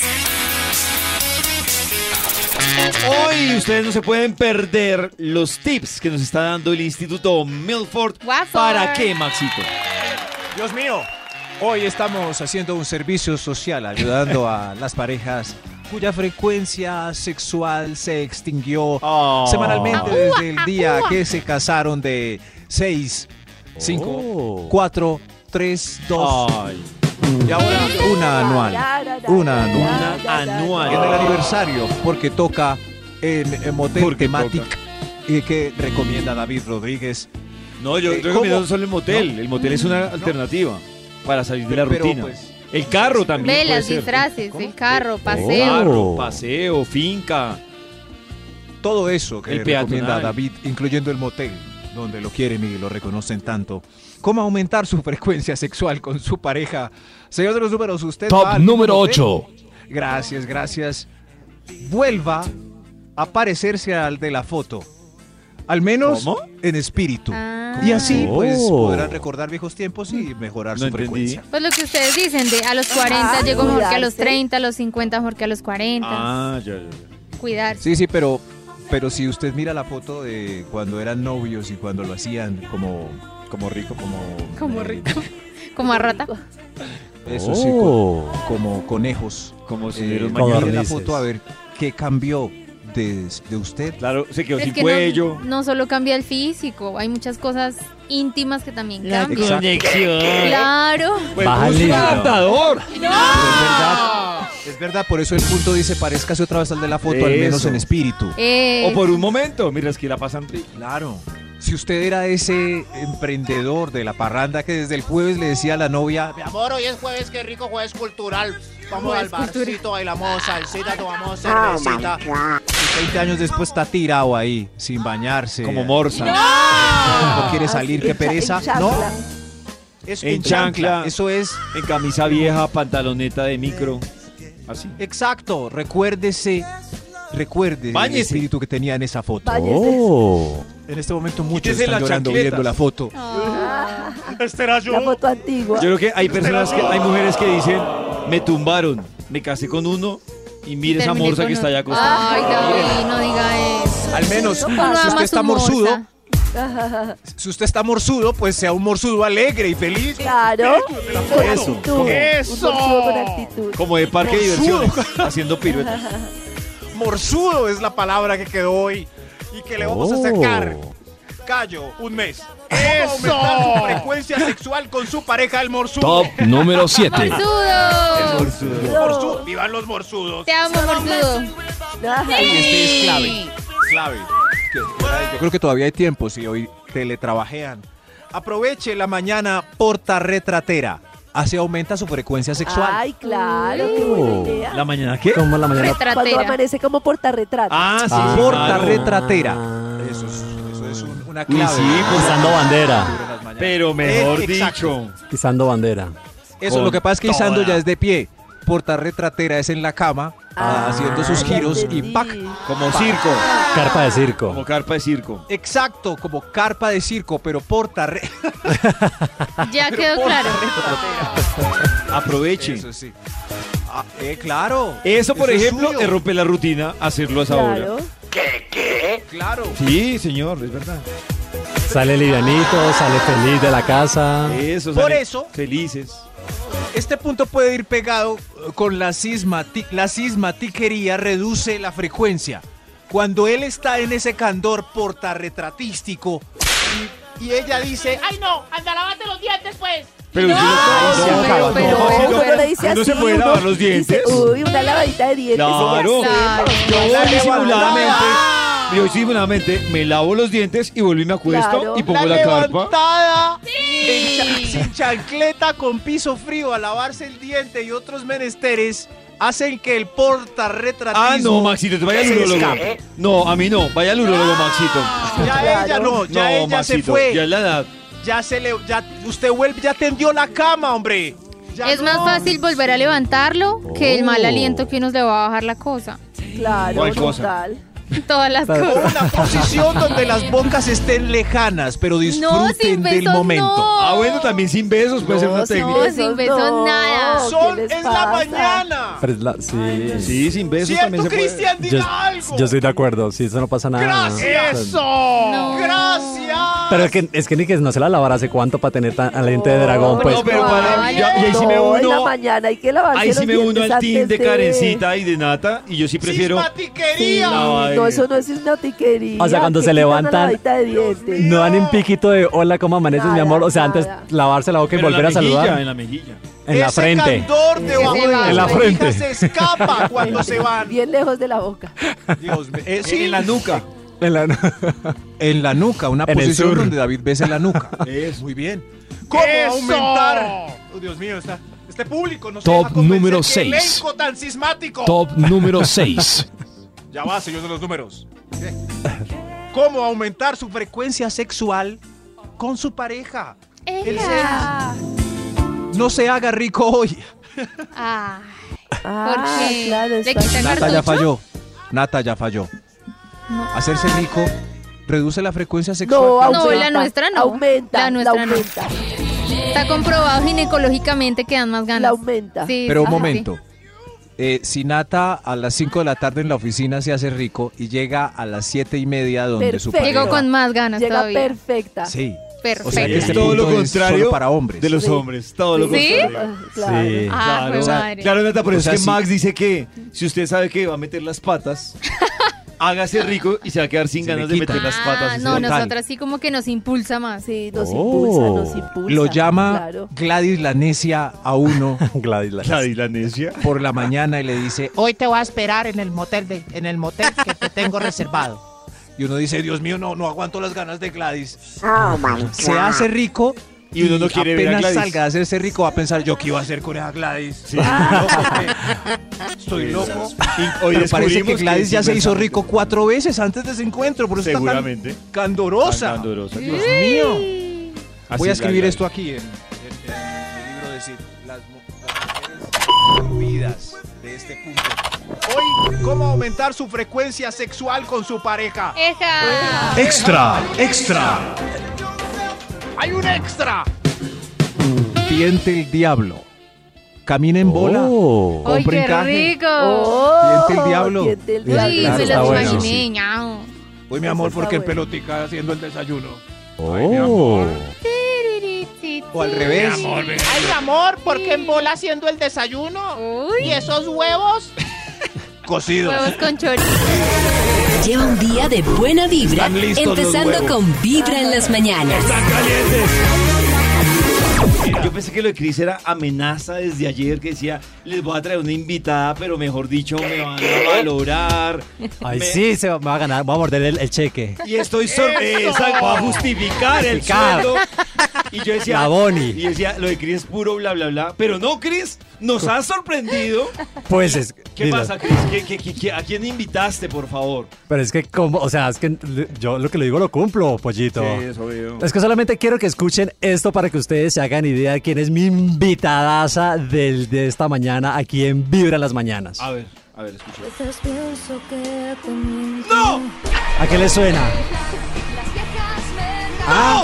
Hoy ustedes no se pueden perder los tips que nos está dando el Instituto Milford. Waffle. ¿Para qué, Maxito? Dios mío, hoy estamos haciendo un servicio social ayudando a las parejas cuya frecuencia sexual se extinguió Oh. semanalmente desde el día que se casaron de seis, cinco, Oh. cuatro, tres, dos Ay, y ahora una anual. Una anual. una anual. En el aniversario, porque toca en, en Motel Porque Thematic y que recomienda David Rodríguez. No, yo Eh, recomiendo ¿cómo? solo el motel. ¿No? El motel es una alternativa para salir de la Pero, rutina. pues, el carro también puede Velas, ser. disfraces, ¿Cómo? el carro, paseo. Carro, paseo, finca. Todo eso que El recomienda peatonal. David, incluyendo el motel, donde lo quieren y lo reconocen tanto. ¿Cómo aumentar su frecuencia sexual con su pareja? Señor de los números, usted Top va al número motel. ocho. Gracias, gracias. Vuelva a parecerse al de la foto. Al menos ¿Cómo? en espíritu. Ah. Y así, pues, Oh. podrán recordar viejos tiempos y mejorar No su entendí. frecuencia. Pues lo que ustedes dicen, de a los cuarenta Ajá, llego mejor que a los cuidarse. treinta, a los cincuenta mejor que a los cuarenta. Ah, ya, ya, ya. Cuidarse. Sí, sí, pero, pero si usted mira la foto de cuando eran novios y cuando lo hacían como, como rico, como... Como eh, rico. Como a rata. Eso sí, Oh. co- como conejos. Como si Eh, dieron mire mañana. la Codornices. foto a ver qué cambió de, de usted. Claro, se quedó Es sin que cuello. no, no solo cambia el físico, hay muchas cosas íntimas que también cambian. conexión. Claro. Pues Baja el puso un líbido. adaptador. Pero es verdad, es verdad, por eso el punto dice parezcase otra vez al de la foto, al menos Eso. en espíritu. Eh, O por un momento, miras que la pasan rico. Claro. Si usted era ese emprendedor de la parranda que desde el jueves le decía a la novia, Mi amor, hoy es jueves, qué rico jueves cultural. Vamos Jueves al barcito, bailamos salsita, tomamos Ah, cervecita. y veinte años después está tirado ahí, sin bañarse. Como morsa. No quiere salir, Así, qué en cha- pereza. en chancla. No, es En chancla. Eso es En camisa vieja, pantaloneta de micro. Así. exacto. Recuérdese, recuerde el Báñese. espíritu que tenía en esa foto. Báñese. Oh. En este momento muchos Quítese están las llorando chancletas. viendo la foto. Ah, Este era la foto antigua. Yo creo que hay personas que, hay mujeres que dicen, me tumbaron, me casé con uno y mire esa terminé morsa con que está un- allá acostada. Ay, David, no diga eso. Al menos, Eso si pasa. Uno usted ama está su morsudo, morsa. si usted está morsudo, pues sea un morsudo alegre y feliz. Claro. Con Eso. actitud. Eso. Un morsudo con actitud. Como de parque de Morsudo. diversiones, haciendo piruetas. Morsudo es la palabra que quedó hoy y que le vamos a Oh. sacar. Callo, un mes. ¿Cómo aumentar su frecuencia sexual con su pareja, el morsudo? Top número siete. ¡Morsudo! Morsudo. ¡Vivan los morsudos! Te amo, morsudo. Ajá. Y este es clave. Clave. Que- Yo creo que todavía hay tiempo si hoy teletrabajean. Aproveche la mañana portarretratera. Así aumenta su frecuencia sexual. Ay, claro, qué buena idea. ¿La mañana qué? ¿Cómo la mañana? Cuando Retratera. amanece como portarretrato. Ah, sí. Ah. claro. Portarretratera. Ah. Eso es, eso es un- una Uy, clave. sí, pues, Izando bandera. Pero mejor Eh, exacto. dicho. Izando bandera. Eso, Con lo que pasa es que toda. Isando ya es de pie. Portarretratera es en la cama, Ah, haciendo sus ya giros y entendí. ¡pac! Como circo. Carpa de circo. Como carpa de circo. Exacto, como carpa de circo, pero portarre... Ya quedó claro. Aproveche. Eso sí. Ah, eh, claro. Eso, por es ejemplo, suyo. es romper la rutina, hacerlo a esa Claro. hora. Claro. Sí, señor, es verdad. Sale livianito, sale feliz de la casa. Eso, Por salen eso- Felices. Este punto puede ir pegado eh, con la cismati la cismatiquería reduce la frecuencia. Cuando él está en ese candor portarretratístico y, y ella dice, Ay, no, anda, lávate los dientes, pues. Pero No, si no, pero- no, pero- pero- no, pero- Uno le dice uno así, se puede uno lavar los dientes. dice, uy, una lavadita de dientes. y ya Claro, hacemos. yo La disimuladamente, levantada. yo disimuladamente me lavo los dientes y vuelvo y me acuesto Claro. y pongo La la, carpa. levantada en cha- sin chancleta con piso frío a lavarse el diente y otros menesteres hacen que el portarretratismo Ah, no, Maxito, te vaya al se urólogo. escape. No, a mí no, vaya al urólogo, Maxito. Ya Claro. ella no, ya no, ella Maxito, se fue. ya es la edad. Ya se le, ya usted vuelve, ya tendió la cama, hombre. Ya Es no. más fácil volver a levantarlo que el mal Oh. aliento que uno le va a bajar la cosa. Claro, ¿Cuál cosa? total. Todas las O cosas. una posición donde las bocas estén lejanas, pero disfruten sin del besos, momento. no. Ah, bueno, también sin besos puede ser No, una sin técnica. No, sin besos, nada. Son, ¿qué les es la pasa? mañana. Pero es la- sí. Sí, sin besos también ¿Cierto, se puede. Cristian? Diga Yo, algo. yo estoy de acuerdo, sí, eso no pasa nada. ¡Gracias! O sea, ¡Eso! No. ¡Gracias! Pero es que, es que ni que no se la lavara hace cuánto para tener tan aliento de dragón, pues. No, pero para, ya- y ahí sí me No, en la uno, mañana hay que lavarse ahí los sí me uno dientes al team de antes Karencita y de Nata y yo sí prefiero. Sí, ¡Cismatiquería! No, no, ay. eso no es una tiquería. O sea, cuando que se quitan una levantan, lavadita de dientes. No dan un piquito de hola, ¿cómo amaneces, mi Nada, amor? O sea, antes nada. lavarse la boca y Pero en volver la a saludar. mejilla, en la mejilla. En la Ese frente. candor debajo Ese de va. las En la orejas frente. se escapa cuando se van. Bien lejos de la boca. Dios mío. Eh, sí, En la nuca. En la- En la nuca, una En el posición sur. donde David besa en la nuca. Eso. Muy bien. ¿Cómo aumentar? Oh, Dios mío, está, este público no se Top deja convencer. número ¡Qué seis. elenco tan sismático! Top número seis. Ya va, señor de los números. ¿Cómo aumentar su frecuencia sexual con su pareja? El Ella. No se haga rico hoy. Ah, Ah, qué? claro, ¿Le está- quitan Nata ya cartucho? falló. Nata ya falló. No. Hacerse rico reduce la frecuencia sexual. No, No, aumenta, la nuestra no. Aumenta, La la nuestra no. aumenta. Está comprobado ginecológicamente que dan más ganas. La aumenta. Sí, Pero un ajá, momento. Eh, si Nata a las cinco de la tarde en la oficina se hace rico y llega a las siete y media donde su sí. Perfecto. pareja... Llegó con más ganas Llega todavía. perfecta. Sí. Perfecto. O sea que Es este todo lo punto es contrario solo para hombres. de los Sí. hombres. Todo lo ¿Sí? contrario. Ah, claro. Sí. Ah, Claro, jue o sea, madre. claro, Nata, por O eso sea, es que sí. Max dice que si usted sabe que va a meter las patas, hágase rico y se va a quedar sin Se le ganas de quita. meter las patas. Ah, ese no, día. nosotras sí como que nos impulsa más. Sí, nos Oh. impulsa, nos impulsa. Lo llama Claro. Gladys la necia a uno Gladys, la- Gladys, la necia. por la mañana y le dice, Hoy te voy a esperar en el motel de, en el motel que te tengo reservado. y uno dice, Dios mío, no, no aguanto las ganas de Gladys. Se hace rico Y uno no quiere ver a apenas Gladys. salga a hacerse rico va a pensar, ¿yo qué iba a hacer con esa Gladys? Sí. Estoy loco. Y hoy Pero parece que descubrimos Gladys ya es se hizo inversamente- rico cuatro veces antes de ese encuentro, por eso Seguramente. está tan candorosa. Tan candorosa. Dios mío. Así Voy a es la escribir Gladys. esto aquí en, en- en el libro de Sid. Las, mu- las mujeres prohibidas de este punto. Hoy, ¿cómo aumentar su frecuencia sexual con su pareja? ¡Eja! Extra, extra. ¡Hay un extra! Tiente el diablo. Camina en bola. Oh. ¡Ay, Compre qué encaje. rico! Oh, Tiente el diablo. tiente el Uy, Uy, diablo. claro, me está lo bueno. imaginé, ñao. Uy, mi amor, Eso porque en está bueno. pelotica haciendo el desayuno. Oh. Ay, mi amor. Tirirititi. O al revés. Ay, amor, ¿por qué en bola haciendo el desayuno? Uy, ¿Y esos huevos? Cocidos. huevos con chorizo. Lleva un día de buena vibra, Están listos los empezando huevos. con Vibra en las mañanas. Yo pensé que lo de Cris era amenaza desde ayer, que decía, les voy a traer una invitada, pero mejor dicho, me van a valorar. Ay, Me- sí, se va, me va a ganar, voy a morder el, el cheque. Y estoy sorpresa, voy a justificar el Justificar. sueldo. Y yo decía, La Boni. y decía, lo de Cris es puro bla, bla, bla. Pero no, Cris, nos has sorprendido. Pues es. ¿Qué dilo. pasa, Cris? ¿Qué, qué, qué- qué- ¿A quién invitaste, por favor? Pero es que, como, o sea, es que yo lo que le digo lo cumplo, pollito. eso veo. Es que solamente quiero que escuchen esto para que ustedes se hagan idea de quién es mi invitadaza del, de esta mañana aquí en Vibra en las Mañanas. A ver, a ver, escucha. ¡No! ¿A qué le suena? ¡Ah!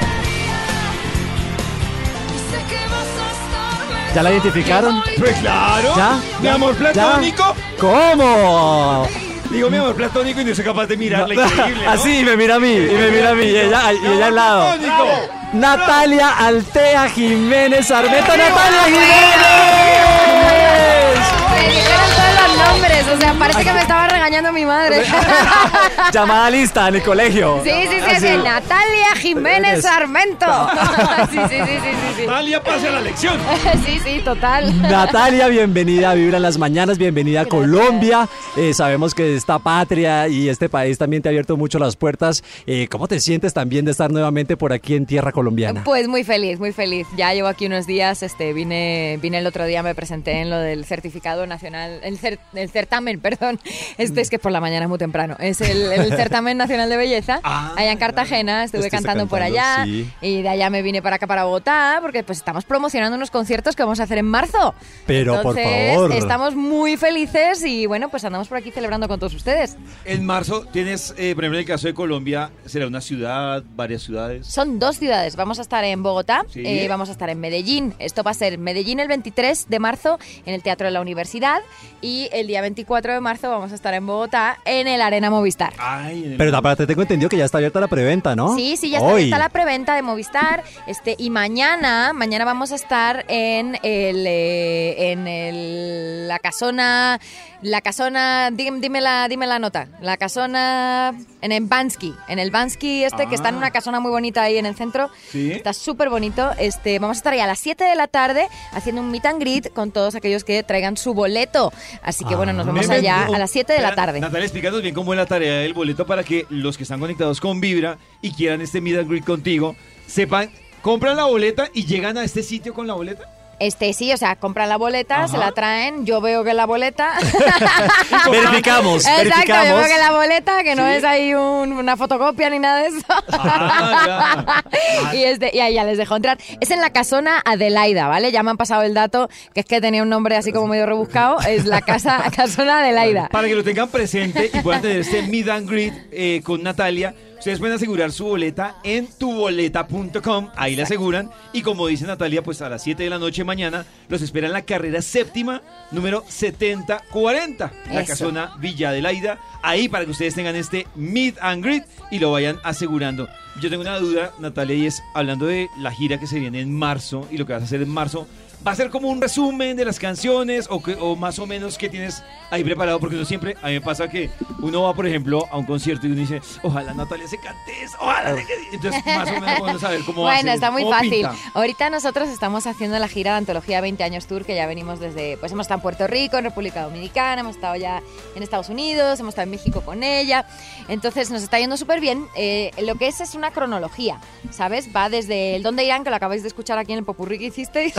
¿Ya la identificaron? Pues claro. ¿Ya? Mi amor platónico. ¿Cómo? Digo mi amor platónico y no soy capaz de mirarla. Increíble, ¿no? Así, y me mira a mí, y me mira a mí, y ella, y ella al lado. Platónico. Natalia Altea Jiménez Sarmiento. ¡Natalia Jiménez! Me dijeron todos los nombres, o sea, parece que me estaba regañando a mi madre. Llamada lista en el colegio. Sí, sí, sí, sí. Natalia Jiménez Sarmento. Sí, sí, sí, sí, sí. Natalia, pase la lección. Sí, sí, total. Natalia, bienvenida a Vibra en las Mañanas, bienvenida a Colombia. Eh, sabemos que esta patria y este país también te ha abierto mucho las puertas. Eh, ¿Cómo te sientes también de estar nuevamente por aquí en tierra colombiana? Pues muy feliz, muy feliz. Ya llevo aquí unos días, este, vine, vine el otro día, me presenté en lo del certificado nacional, el, cer, el certamen, perdón. Este es que por la mañana es muy temprano. Es el, el certamen nacional de belleza. Ah, allá en Cartagena, estuve Estuviste cantando, cantando por allá sí. Y de allá me vine para acá, para Bogotá, porque pues estamos promocionando unos conciertos que vamos a hacer en marzo. Pero Entonces, por favor. estamos muy felices y bueno, pues andamos por aquí celebrando con todos ustedes. En marzo tienes, eh, por ejemplo, en el caso de Colombia, ¿será una ciudad, varias ciudades? Son dos ciudades. Vamos a estar en Bogotá, Sí. eh, vamos a estar en Medellín. Esto va a ser Medellín el veintitrés de marzo en el Teatro de la Universidad y el día veinticuatro de marzo vamos a estar en Bogotá en el Arena Movistar. Ay, en el- Pero aparte tengo entendido que ya está abierta la preventa, ¿no? Sí, sí, ya está Hoy. abierta la preventa de Movistar. Este, y mañana, mañana vamos a estar en el eh, en el la casona, la casona, dime, dime la, dime la nota. La casona en el Bansky, en el Bansky este que está en una casona muy bonita ahí en el centro. Sí. Está súper bonito. Este, vamos a estar ahí a las siete de la tarde haciendo un meet and greet con todos aquellos que traigan su boleto. Así que bueno, nos vemos Me- me- allá oh, a las siete de la espera, tarde. Natalia, explícanos bien cómo es la tarea del boleto para que los que están conectados con Vibra y quieran este meet and greet contigo, sepan, compran la boleta y llegan a este sitio con la boleta. Este, sí, o sea, compran la boleta, Ajá. se la traen, yo veo que la boleta... Verificamos, Exacto, yo verificamos. veo que la boleta, que no Sí. es ahí un- una fotocopia ni nada de eso. Ah, y, este, y ahí ya les dejo entrar. Es en la casona Adelaida, ¿vale? Ya me han pasado el dato, que es que tenía un nombre así como medio rebuscado. Es la casa casona Adelaida. Para que lo tengan presente y puedan tener este meet and greet eh, con Natalia, ustedes pueden asegurar su boleta en tu boleta punto com, ahí la aseguran. Y como dice Natalia, pues a las siete de la noche mañana los espera en la carrera séptima, número setenta cuarenta, la Eso. casona Villa Adelaida. Ahí para que ustedes tengan este meet and greet y lo vayan asegurando. Yo tengo una duda, Natalia, y es hablando de la gira que se viene en marzo y lo que vas a hacer en marzo. ¿Va a ser como un resumen de las canciones o, que, o más o menos qué tienes ahí preparado? Porque uno siempre, a mí me pasa que uno va, por ejemplo, a un concierto y uno dice, ojalá Natalia se cante eso, ojalá se cante. Entonces, más o menos podemos saber cómo va a ser. Bueno, está muy cómo fácil. pinta. Ahorita nosotros estamos haciendo la gira de Antología veinte años Tour, que ya venimos desde, pues hemos estado en Puerto Rico, en República Dominicana, hemos estado ya en Estados Unidos, hemos estado en México con ella. Entonces nos está yendo súper bien. Eh, lo que es es una cronología, ¿sabes? Va desde el Dónde irán, que lo acabáis de escuchar aquí en el popurrí que hicisteis,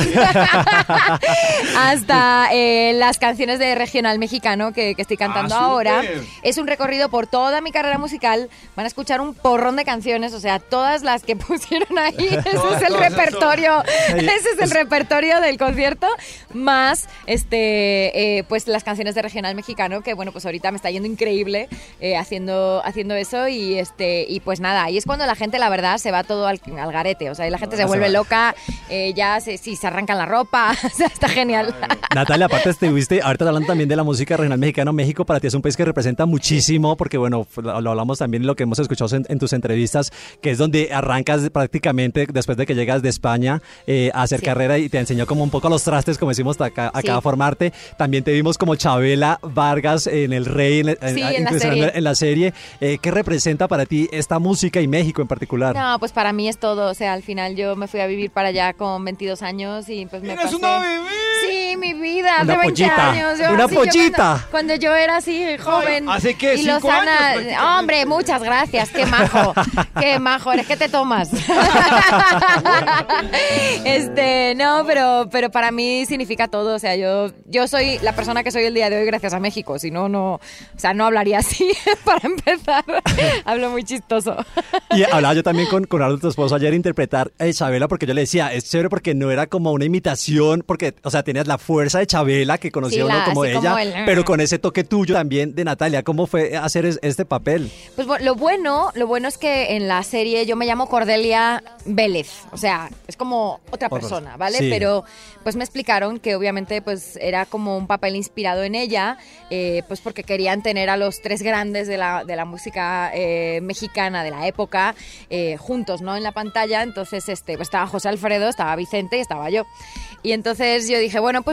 hasta eh, las canciones de regional mexicano que, que estoy cantando Ah, ahora. súper. Es un recorrido por toda mi carrera musical. Van a escuchar un porrón de canciones, o sea, todas las que pusieron ahí. Ese Todas, es el todas, repertorio. Ese es el repertorio del concierto. Más, este, eh, pues las canciones de regional mexicano, que bueno, pues ahorita me está yendo increíble eh, haciendo, haciendo eso. Y este, y pues nada, ahí es cuando la gente, la verdad, se va todo al, al garete. O sea, ahí la gente se vuelve loca, eh, ya se, sí, se arrancan la ropa. O sea, está genial. Natalia, aparte estuviste, ahorita hablando también de la música regional mexicana, México para ti es un país que representa muchísimo, porque bueno, lo, lo hablamos también, lo que hemos escuchado en, en tus entrevistas, que es donde arrancas prácticamente después de que llegas de España eh, a hacer Sí. carrera y te enseñó como un poco los trastes, como decimos acá, acá Sí. a formarte. También te vimos como Chabela Vargas en El Rey, en, en- Sí, en la incursionando serie. en la serie. Eh, ¿Qué representa para ti esta música y México en particular? No, pues para mí es todo. O sea, al final yo me fui a vivir para allá con veintidós años y pues me ¡Eres pasé... una bebé! Sí, mi vida, Una hace veinte pollita, años. Yo- una sí, yo pollita. Cuando, cuando yo era así, joven. ¿hace qué? Y ¿Cinco Lozana, años prácticamente? hombre, muchas gracias, qué majo, qué majo, eres que te tomas. Este, no, pero, pero para mí significa todo. O sea, yo, yo soy la persona que soy el día de hoy gracias a México. Si no, no, o sea, no hablaría así para empezar. Hablo muy chistoso. Y hablaba yo también con, con Arnold, tu esposo, ayer, interpretar a Chabela, porque yo le decía, es chévere porque no era como una imitación, porque, o sea, tenías la fuerza de Chabela, que conocía Sí, uno la- como así ella, como el- pero con ese toque tuyo también de Natalia. ¿Cómo fue hacer es- este papel? Pues bueno, lo bueno, lo bueno es que en la serie yo me llamo Cordelia Vélez, o sea, es como otra Otra persona, ¿vale? sí. Pero pues me explicaron que obviamente pues era como un papel inspirado en ella, eh, pues porque querían tener a los tres grandes de la, de la música eh, mexicana de la época eh, juntos, ¿no? En la pantalla, entonces este, pues estaba José Alfredo, estaba Vicente y estaba yo. Y entonces yo dije, bueno, pues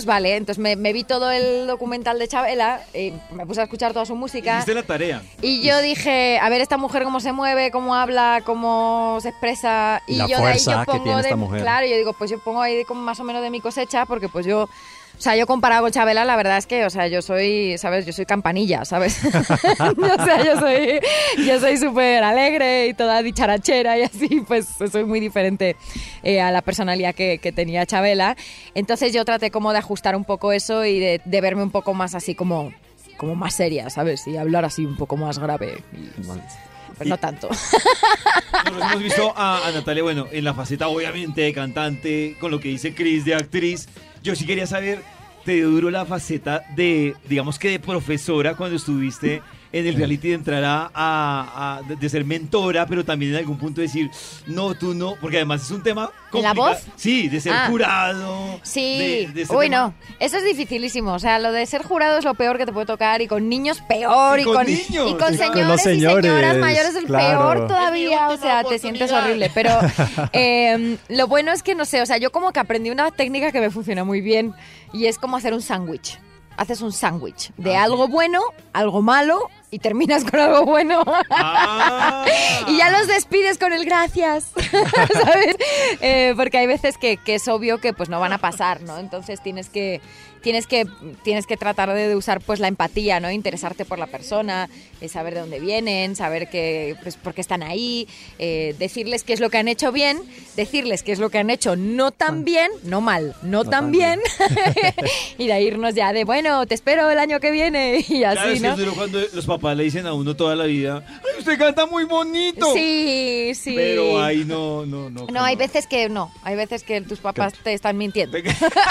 vale, entonces me, me vi todo el documental de Chabela, y me puse a escuchar toda su música. Hiciste la tarea. Y yo dije, a ver esta mujer cómo se mueve, cómo habla, cómo se expresa. Y La yo de ahí fuerza yo que pongo tiene de, esta mujer. claro, yo digo, pues yo pongo ahí como más o menos de mi cosecha, porque pues yo, o sea, yo comparado con Chabela, la verdad es que, o sea, yo soy, ¿sabes? Yo soy campanilla, ¿sabes? O sea, yo soy, yo soy súper alegre y toda dicharachera y así, pues soy muy diferente eh, a la personalidad que, que tenía Chabela. Entonces yo traté como de ajustar un poco eso y de, de verme un poco más así como, como más seria, ¿sabes? Y hablar así un poco más grave. Y, pues no tanto. Nosotros hemos visto a, a Natalia, bueno, en la faceta obviamente de cantante, con lo que dice Cris de actriz. Yo sí quería saber, ¿te dio duro la faceta de, digamos que de profesora cuando estuviste en el reality, de entrar a, a- a- de, de ser mentora, pero también en algún punto decir, no, tú no, porque además es un tema ¿En la complicado. voz? Sí, de ser Ah. jurado. Sí, de- de ese uy, tema. no, eso es dificilísimo. O sea, lo de ser jurado es lo peor que te puede tocar, y con niños peor, Y y con con, niños. y con Y con señores, los señores, y señoras mayores es el claro. peor todavía. O sea, te sientes horrible. Pero eh, lo bueno es que, no sé, o sea, yo como que aprendí una técnica que me funciona muy bien, y es como hacer un sándwich. Haces un sándwich de algo bueno, algo malo, y terminas con algo bueno. Ah. Y ya los despides con el gracias, ¿sabes? Eh, porque hay veces que, que es obvio que pues no van a pasar, ¿no? Entonces tienes que tienes que tienes que tratar de, de usar pues la empatía, ¿no? Interesarte por la persona, eh, saber de dónde vienen, saber que pues por qué están ahí, eh, decirles qué es lo que han hecho bien, decirles qué es lo que han hecho no tan bien, no mal, no, No tan tan bien, y de irnos ya de bueno, te espero el año que viene y Claro, así, es que ¿no? es duro cuando los papás le dicen a uno toda la vida, ¡ay, usted canta muy bonito! Sí, sí. Pero ahí no, no, no. No, hay veces que no, hay veces que tus papás te están mintiendo.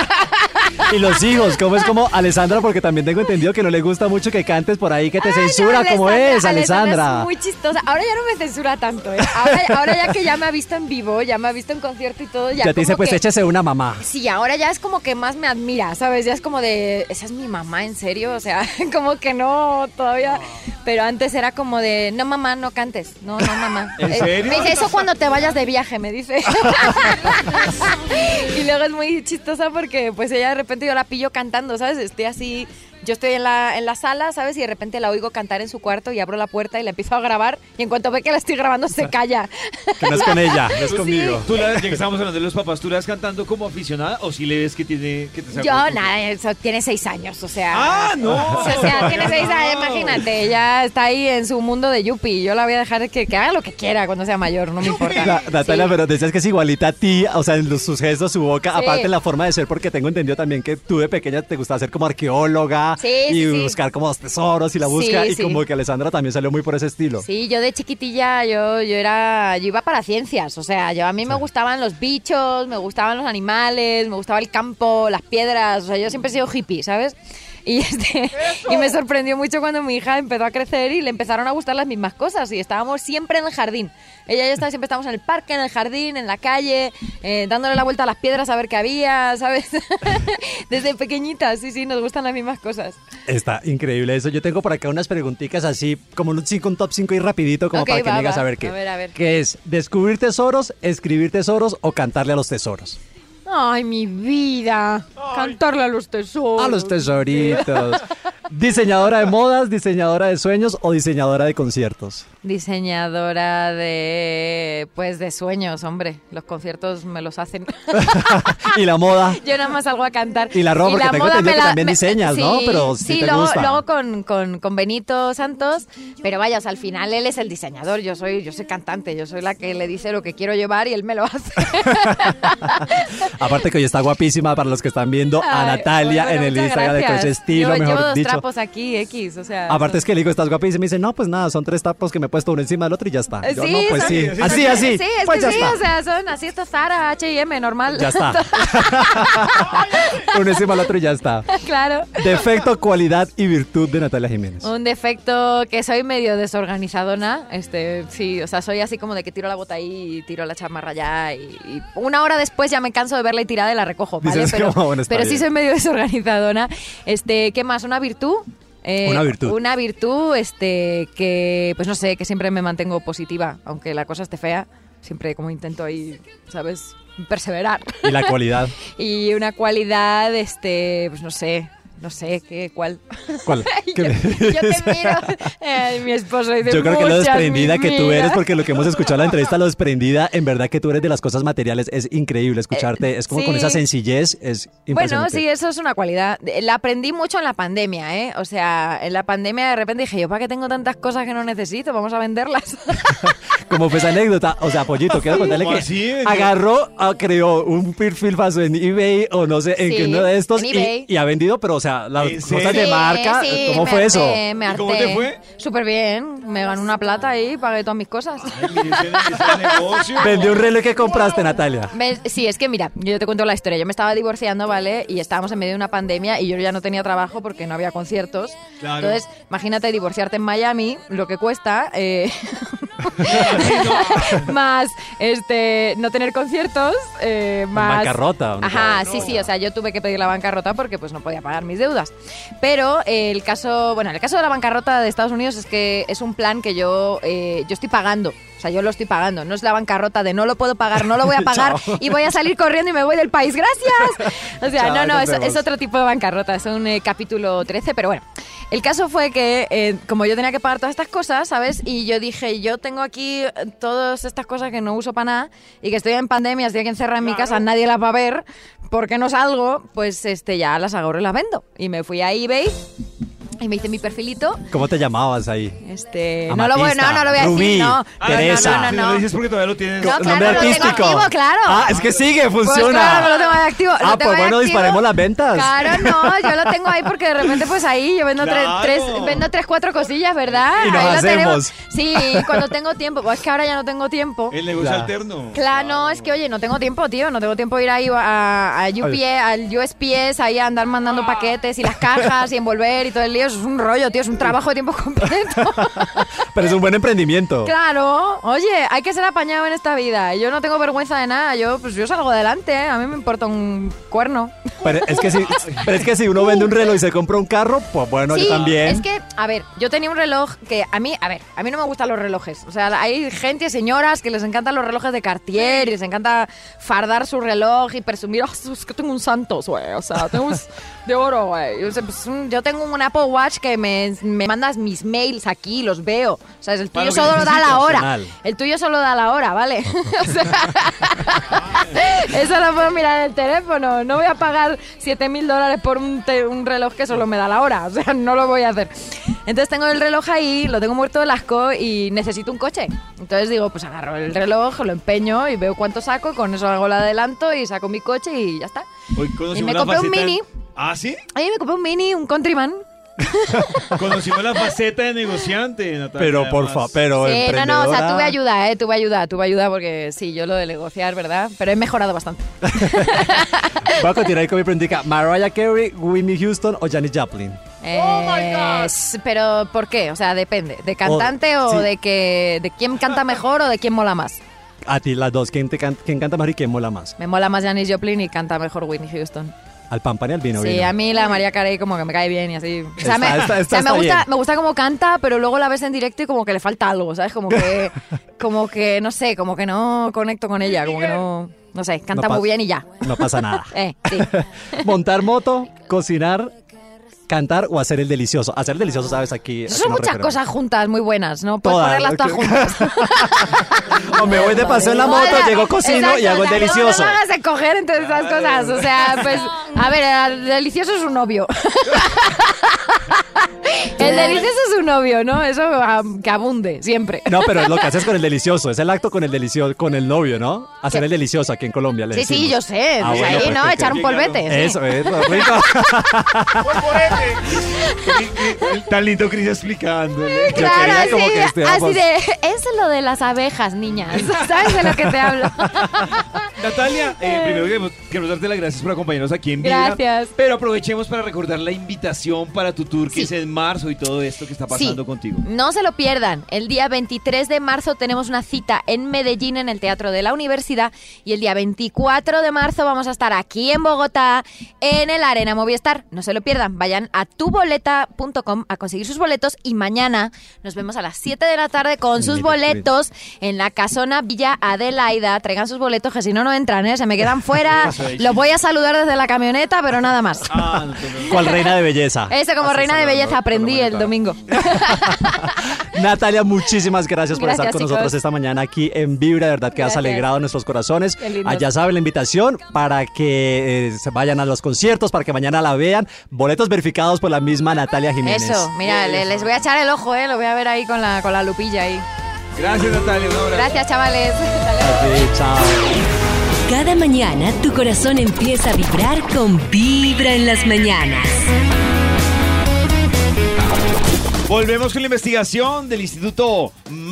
Y los hijos, ¿cómo es como Alessandra? Porque también tengo entendido que no le gusta mucho que cantes por ahí, que te censura, No, ¿cómo es, Alessandra? Es muy chistosa. Ahora ya no me censura tanto, ¿eh? Ahora, ahora ya que ya me ha visto en vivo, ya me ha visto en concierto y todo, ya, Ya te dice, como pues que- échese una mamá. Sí, ahora ya es como que más me admira, ¿sabes? Ya es como de, ¿esa es mi mamá, en serio? O sea, como que no, todavía. Pero antes era como de, no, mamá, no cantes. No, no, mamá. ¿En Eh, serio? Me dice, eso cuando te vayas de viaje, me dice. Y luego es muy chistosa porque pues ella de repente yo la pillo cantando, ¿sabes? Estoy así, yo estoy en la, en la sala, ¿sabes? Y de repente la oigo cantar en su cuarto y abro la puerta y la empiezo a grabar, y en cuanto ve que la estoy grabando se calla. Que no es con ella, no es conmigo. Tú la, ya que estamos hablando de los papás, ¿tú la ves cantando como aficionada o si le ves que tiene que te saca Yo, un- nada, eso tiene seis años, o sea. ¡Ah, no! O sea, tiene seis años, imagínate, ella está ahí en su mundo de yuppie. Yo la voy a dejar que, que haga lo que quiera cuando sea mayor, no me importa. Na- Natalia, Sí. pero decías que es igualita a ti, o sea, en los- sus gestos, su boca, Sí. aparte la forma de ser, porque tengo entendido también que tú de pequeña te gustaba ser como arqueóloga Sí, y sí, sí. buscar como los tesoros y la busca, Sí, y sí. como que Alessandra también salió muy por ese estilo. Sí, yo de chiquitilla, yo, yo era, yo iba para ciencias, o sea, yo a mí me gustaban los bichos, me gustaban los animales, me gustaba el campo, las piedras, o sea, yo siempre he sido hippie, ¿sabes? Y, este, y me sorprendió mucho cuando mi hija empezó a crecer y le empezaron a gustar las mismas cosas, y estábamos siempre en el jardín. Ella y yo está- siempre estábamos en el parque, en el jardín, en la calle, eh, dándole la vuelta a las piedras a ver qué había, ¿sabes? Desde pequeñitas, sí, sí, nos gustan las mismas cosas. Está increíble eso. Yo tengo por acá unas preguntitas así, como un, cinco, un top cinco y rapidito, como Ok, para que va, me digas va. a ver qué. A ver, a ver. ¿Qué es? ¿Descubrir tesoros, escribir tesoros o cantarle a los tesoros? Ay, mi vida. Cantarle a los tesoros. A los tesoritos. ¿Diseñadora de modas, diseñadora de sueños o diseñadora de conciertos? Diseñadora de, pues, de sueños, hombre. Los conciertos me los hacen. ¿Y la moda? Yo nada más salgo a cantar. Y la ropa, porque tengo moda entendido me que también diseñas, ¿no? Pero sí sí, te luego, gusta. luego con, con, con Benito Santos, pero vaya, o sea, al final él es el diseñador, yo soy, yo soy cantante, yo soy la que le dice lo que quiero llevar y él me lo hace. Aparte que hoy está guapísima para los que están viendo a Ay, Natalia bueno, en el muchas Instagram de gracias. Coche Estilo, Llevo, mejor llevo dos dicho. trapos aquí, X, o sea. Aparte es que le digo, estás guapísima y me dice, no, pues nada, son tres trapos que me he puesto uno encima del otro y ya está. Yo, Sí, no, pues son- sí, son- así, así, Sí, es pues que ya sí, está. o sea, son así, esto Zara, H y M, normal. Ya está. Uno encima del otro y ya está. Claro. Defecto, cualidad y virtud de Natalia Jiménez. Un defecto que soy medio desorganizadona, este, sí, o sea, soy así como de que tiro la bota ahí y tiro la chamarra allá y, y una hora después ya me canso de verla y tirada y la recojo, ¿vale? Dices Pero, como, bueno, está pero sí bien. soy medio desorganizadona. Este, ¿qué más? ¿Una virtud? Eh, Una virtud. Una virtud, este, que, pues no sé, que siempre me mantengo positiva, aunque la cosa esté fea. siempre como intento ahí, ¿sabes? Perseverar. ¿Y la cualidad? Y una cualidad, este, pues no sé, no sé, ¿qué, cuál? ¿Cuál? yo, yo te miro, eh, mi esposo dice Yo creo que lo muchas, desprendida mi que tú vida. eres, porque lo que hemos escuchado en la entrevista, lo desprendida, en verdad que tú eres de las cosas materiales, es increíble escucharte, Eh, es como sí. con esa sencillez, es Bueno, impresionante. sí, eso es una cualidad. La aprendí mucho en la pandemia, ¿eh? O sea, en la pandemia de repente dije, yo, ¿para qué tengo tantas cosas que no necesito? Vamos a venderlas. Como fue esa anécdota, o sea, Pollito, quiero contarle ¿Cómo que así? agarró, ah, creó un perfil falso en eBay o no sé, en Sí, que uno de estos en y, eBay. y ha vendido, pero o sea, las ¿En cosas serio? de Sí, marca, sí, ¿cómo me fue harté, eso? Me ¿Y cómo harté. te fue? Súper bien. Me gané una plata ahí, pagué todas mis cosas. Ay, mire, ese- ese negocio. Vendió un reloj que compraste, Natalia. Me- Sí, es que mira, yo te cuento la historia. Yo me estaba divorciando, ¿vale? Y estábamos en medio de una pandemia y yo ya no tenía trabajo porque no había conciertos. Claro. Entonces, imagínate divorciarte en Miami, lo que cuesta, eh, más este no tener conciertos, eh, más... Bancarrota. ¿no? Ajá, sí, sí, o sea, yo tuve que pedir la bancarrota porque pues no podía pagar mis deudas. Pero eh, el caso, bueno, el caso de la bancarrota de Estados Unidos es que es un plan que yo, eh, yo estoy pagando. O sea, yo lo estoy pagando. No es la bancarrota de no lo puedo pagar, no lo voy a pagar Chao. y voy a salir corriendo y me voy del país. ¡Gracias! O sea, Chao, no, no, nos es, vemos. es otro tipo de bancarrota. Es un eh, capítulo trece, pero bueno. El caso fue que, eh, como yo tenía que pagar todas estas cosas, ¿sabes? Y yo dije, yo tengo aquí eh, todas estas cosas que no uso para nada y que estoy en pandemia, estoy aquí encerrada en mi casa, nadie las va a ver, ¿por qué no salgo? Pues este, ya las agarro y las vendo. Y me fui a eBay y me hice mi perfilito. ¿Cómo te llamabas ahí? Este, no lo voy, Amatista, no, no lo voy a Rubí, decir, no. Teresa. No, no, Si no, no no. lo dices porque todavía lo tienes. No, claro, Nombre lo tengo artístico. activo, claro. Ah, es que sigue, funciona. Pues claro, lo tengo ahí activo. lo Ah, tengo pues ahí bueno, activo. disparemos las ventas. Claro, no, yo lo tengo ahí porque de repente pues ahí yo vendo tres, Claro. tres, vendo tres, cuatro cosillas, ¿verdad? Y nos ahí lo tenemos. hacemos. Sí, cuando tengo tiempo. Pues es que ahora ya no tengo tiempo. El negocio Claro. alterno. Claro, no, es que oye, no tengo tiempo, tío, no tengo tiempo de ir ahí a, a U P S, al U S P S, ahí a andar mandando paquetes y las cajas y envolver y todo el lío, eso es un rollo, tío, es un trabajo de tiempo completo. Pero es un buen emprendimiento. Claro, oye, hay que ser apañado en esta vida. Yo no tengo vergüenza de nada, yo pues yo salgo adelante, ¿eh? A mí me importa un cuerno. Pero es que si, pero es que si uno vende un reloj y se compra un carro, pues bueno, Sí, yo también. es que, a ver, yo tenía un reloj que a mí, a ver, a mí no me gustan los relojes. O sea, hay gente, señoras, que les encantan los relojes de Cartier y les encanta fardar su reloj y presumir, oh, es que tengo un Santos, güey, o sea, tengo un de oro, güey. O sea, pues, un- yo tengo un Apple Watch que me, me mandas mis mails aquí, los veo. O sea, el Para tuyo lo que solo da la necesitas. hora. Personal. El tuyo solo da la hora, ¿vale? O sea, eso lo puedo mirar en el teléfono. No voy a pagar siete mil dólares por un, te- un reloj que solo me da la hora. O sea, no lo voy a hacer. Entonces tengo el reloj ahí, lo tengo muerto del asco y necesito un coche. Entonces digo, pues agarro el reloj, lo empeño y veo cuánto saco. Con eso hago el adelanto y saco mi coche y ya está. Hoy Y conocimos me la compré un faceta- Mini. ¿Ah, sí? Ahí me compré un Mini, un Countryman. Conocimos la faceta de negociante, Natalia. Pero por además. favor, pero Sí, no, no, o sea, emprendedora. tuve ayuda, ¿eh? Tuve ayuda, tuve ayuda porque sí, yo lo de negociar, ¿verdad? Pero he mejorado bastante. Voy a continuar con mi pregunta. ¿Mariah Carey, Whitney Houston o Janis Joplin? Eh, s- Pero, ¿por qué? O sea, depende. ¿De cantante o, sí. de que de quién canta mejor o de quién mola más? A ti, las dos. ¿Quién, te can- quién canta mejor y quién mola más? Me mola más Janis Joplin y canta mejor Whitney Houston. Al pan pan y al vino Sí, vino. a mí la María Carey como que me cae bien y así. O sea, Está- me, está- o sea, está- me está gusta, bien. me gusta cómo canta, pero luego la ves en directo y como que le falta algo, ¿sabes? Como que, como que no sé, como que no conecto con ella, como que no, no sé, canta No muy pa- bien y ya. No pasa nada. Eh, sí. Montar moto, cocinar, cantar o hacer el delicioso. Hacer el delicioso, ¿sabes? Aquí. aquí Son nos muchas referimos. cosas juntas muy buenas, ¿no? Puedes Todas, ponerlas todas ok. juntas. O me voy de paseo en la moto, Hola. llego, cocino Exacto, y hago el o sea, delicioso. No me hagas escoger entre esas cosas. O sea, pues, a ver, el delicioso es un novio. El delicioso es un novio, ¿no? Eso ah, que abunde, siempre. No, pero es lo que haces con el delicioso. Es el acto con el delicioso, con el novio, ¿no? Hacer el delicioso aquí en Colombia. Le Sí, sí, decimos. yo sé. Ah, Pues bueno, ahí, pues ¿no? que- Echar un que- polvete. sí. Eso, eso, rico. Tan lindo Cris explicándole. Claro, quería como así, que estuviéramos- así de, es lo de las abejas, niñas. ¿Sabes de lo que te hablo? Natalia, eh, primero queremos, queremos darte las gracias por acompañarnos aquí en Vibra. Gracias. Pero aprovechemos para recordar la invitación para tu tour que Sí. es en marzo y todo esto que está pasando Sí. contigo. No se lo pierdan. El día veintitrés de marzo tenemos una cita en Medellín en el Teatro de la Universidad y el día veinticuatro de marzo vamos a estar aquí en Bogotá en el Arena Movistar. No se lo pierdan. Vayan vayan a tuboleta punto com a conseguir sus boletos y mañana nos vemos a las siete de la tarde con sus boletos en la Casona Villa Adelaida. Traigan sus boletos que si no, no entran, ¿eh? Se me quedan fuera. Los voy a saludar desde la camioneta, pero nada más. Ah, no, no, no. ¿Cuál reina de belleza? Ese como reina de belleza aprendí el domingo. Natalia, muchísimas gracias por Gracias, estar con chicos. nosotros esta mañana aquí en Vibra. De verdad que has Gracias. alegrado nuestros corazones. Qué lindo. Allá saben la invitación para que eh, se vayan a los conciertos, para que mañana la vean. Boletos verificados por la misma Natalia Jiménez. Eso, mira, le- les voy a echar el ojo, ¿eh? Lo voy a ver ahí con la, con la lupilla ahí. Gracias, Natalia. Un abrazo. Gracias, chavales. Hasta luego. Sí, chao. Cada mañana tu corazón empieza a vibrar con Vibra en las mañanas. Volvemos con la investigación del Instituto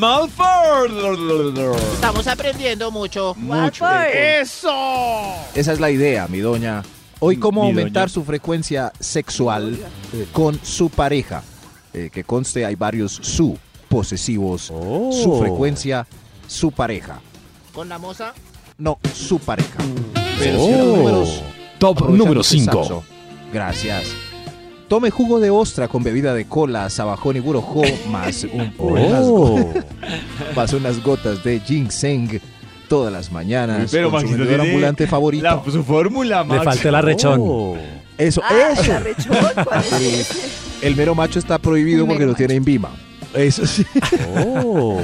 Malford. Estamos aprendiendo mucho. Mucho. ¡Eso! Esa es la idea, mi doña. Hoy, cómo Mi aumentar doña. su frecuencia sexual eh, con su pareja. Eh, que conste, hay varios su posesivos. Oh. Su frecuencia, su pareja. ¿Con la moza? No, su pareja. Pero Oh. si los números. Top aprovechando número este cinco. saxo. Gracias. Tome jugo de ostra con bebida de cola, sabajón y burojó, más, un, unas, Oh. go- más unas gotas de ginseng todas las mañanas. Pero con su Maxito vendedor tiene ambulante favorito. la- su fórmula, Le Max. faltó el arrechón. Oh. Eso, Ah, eso. la rechón, ¿cuál es Sí. ese? El mero macho está prohibido El porque mero no tiene Invima. Eso sí. Oh.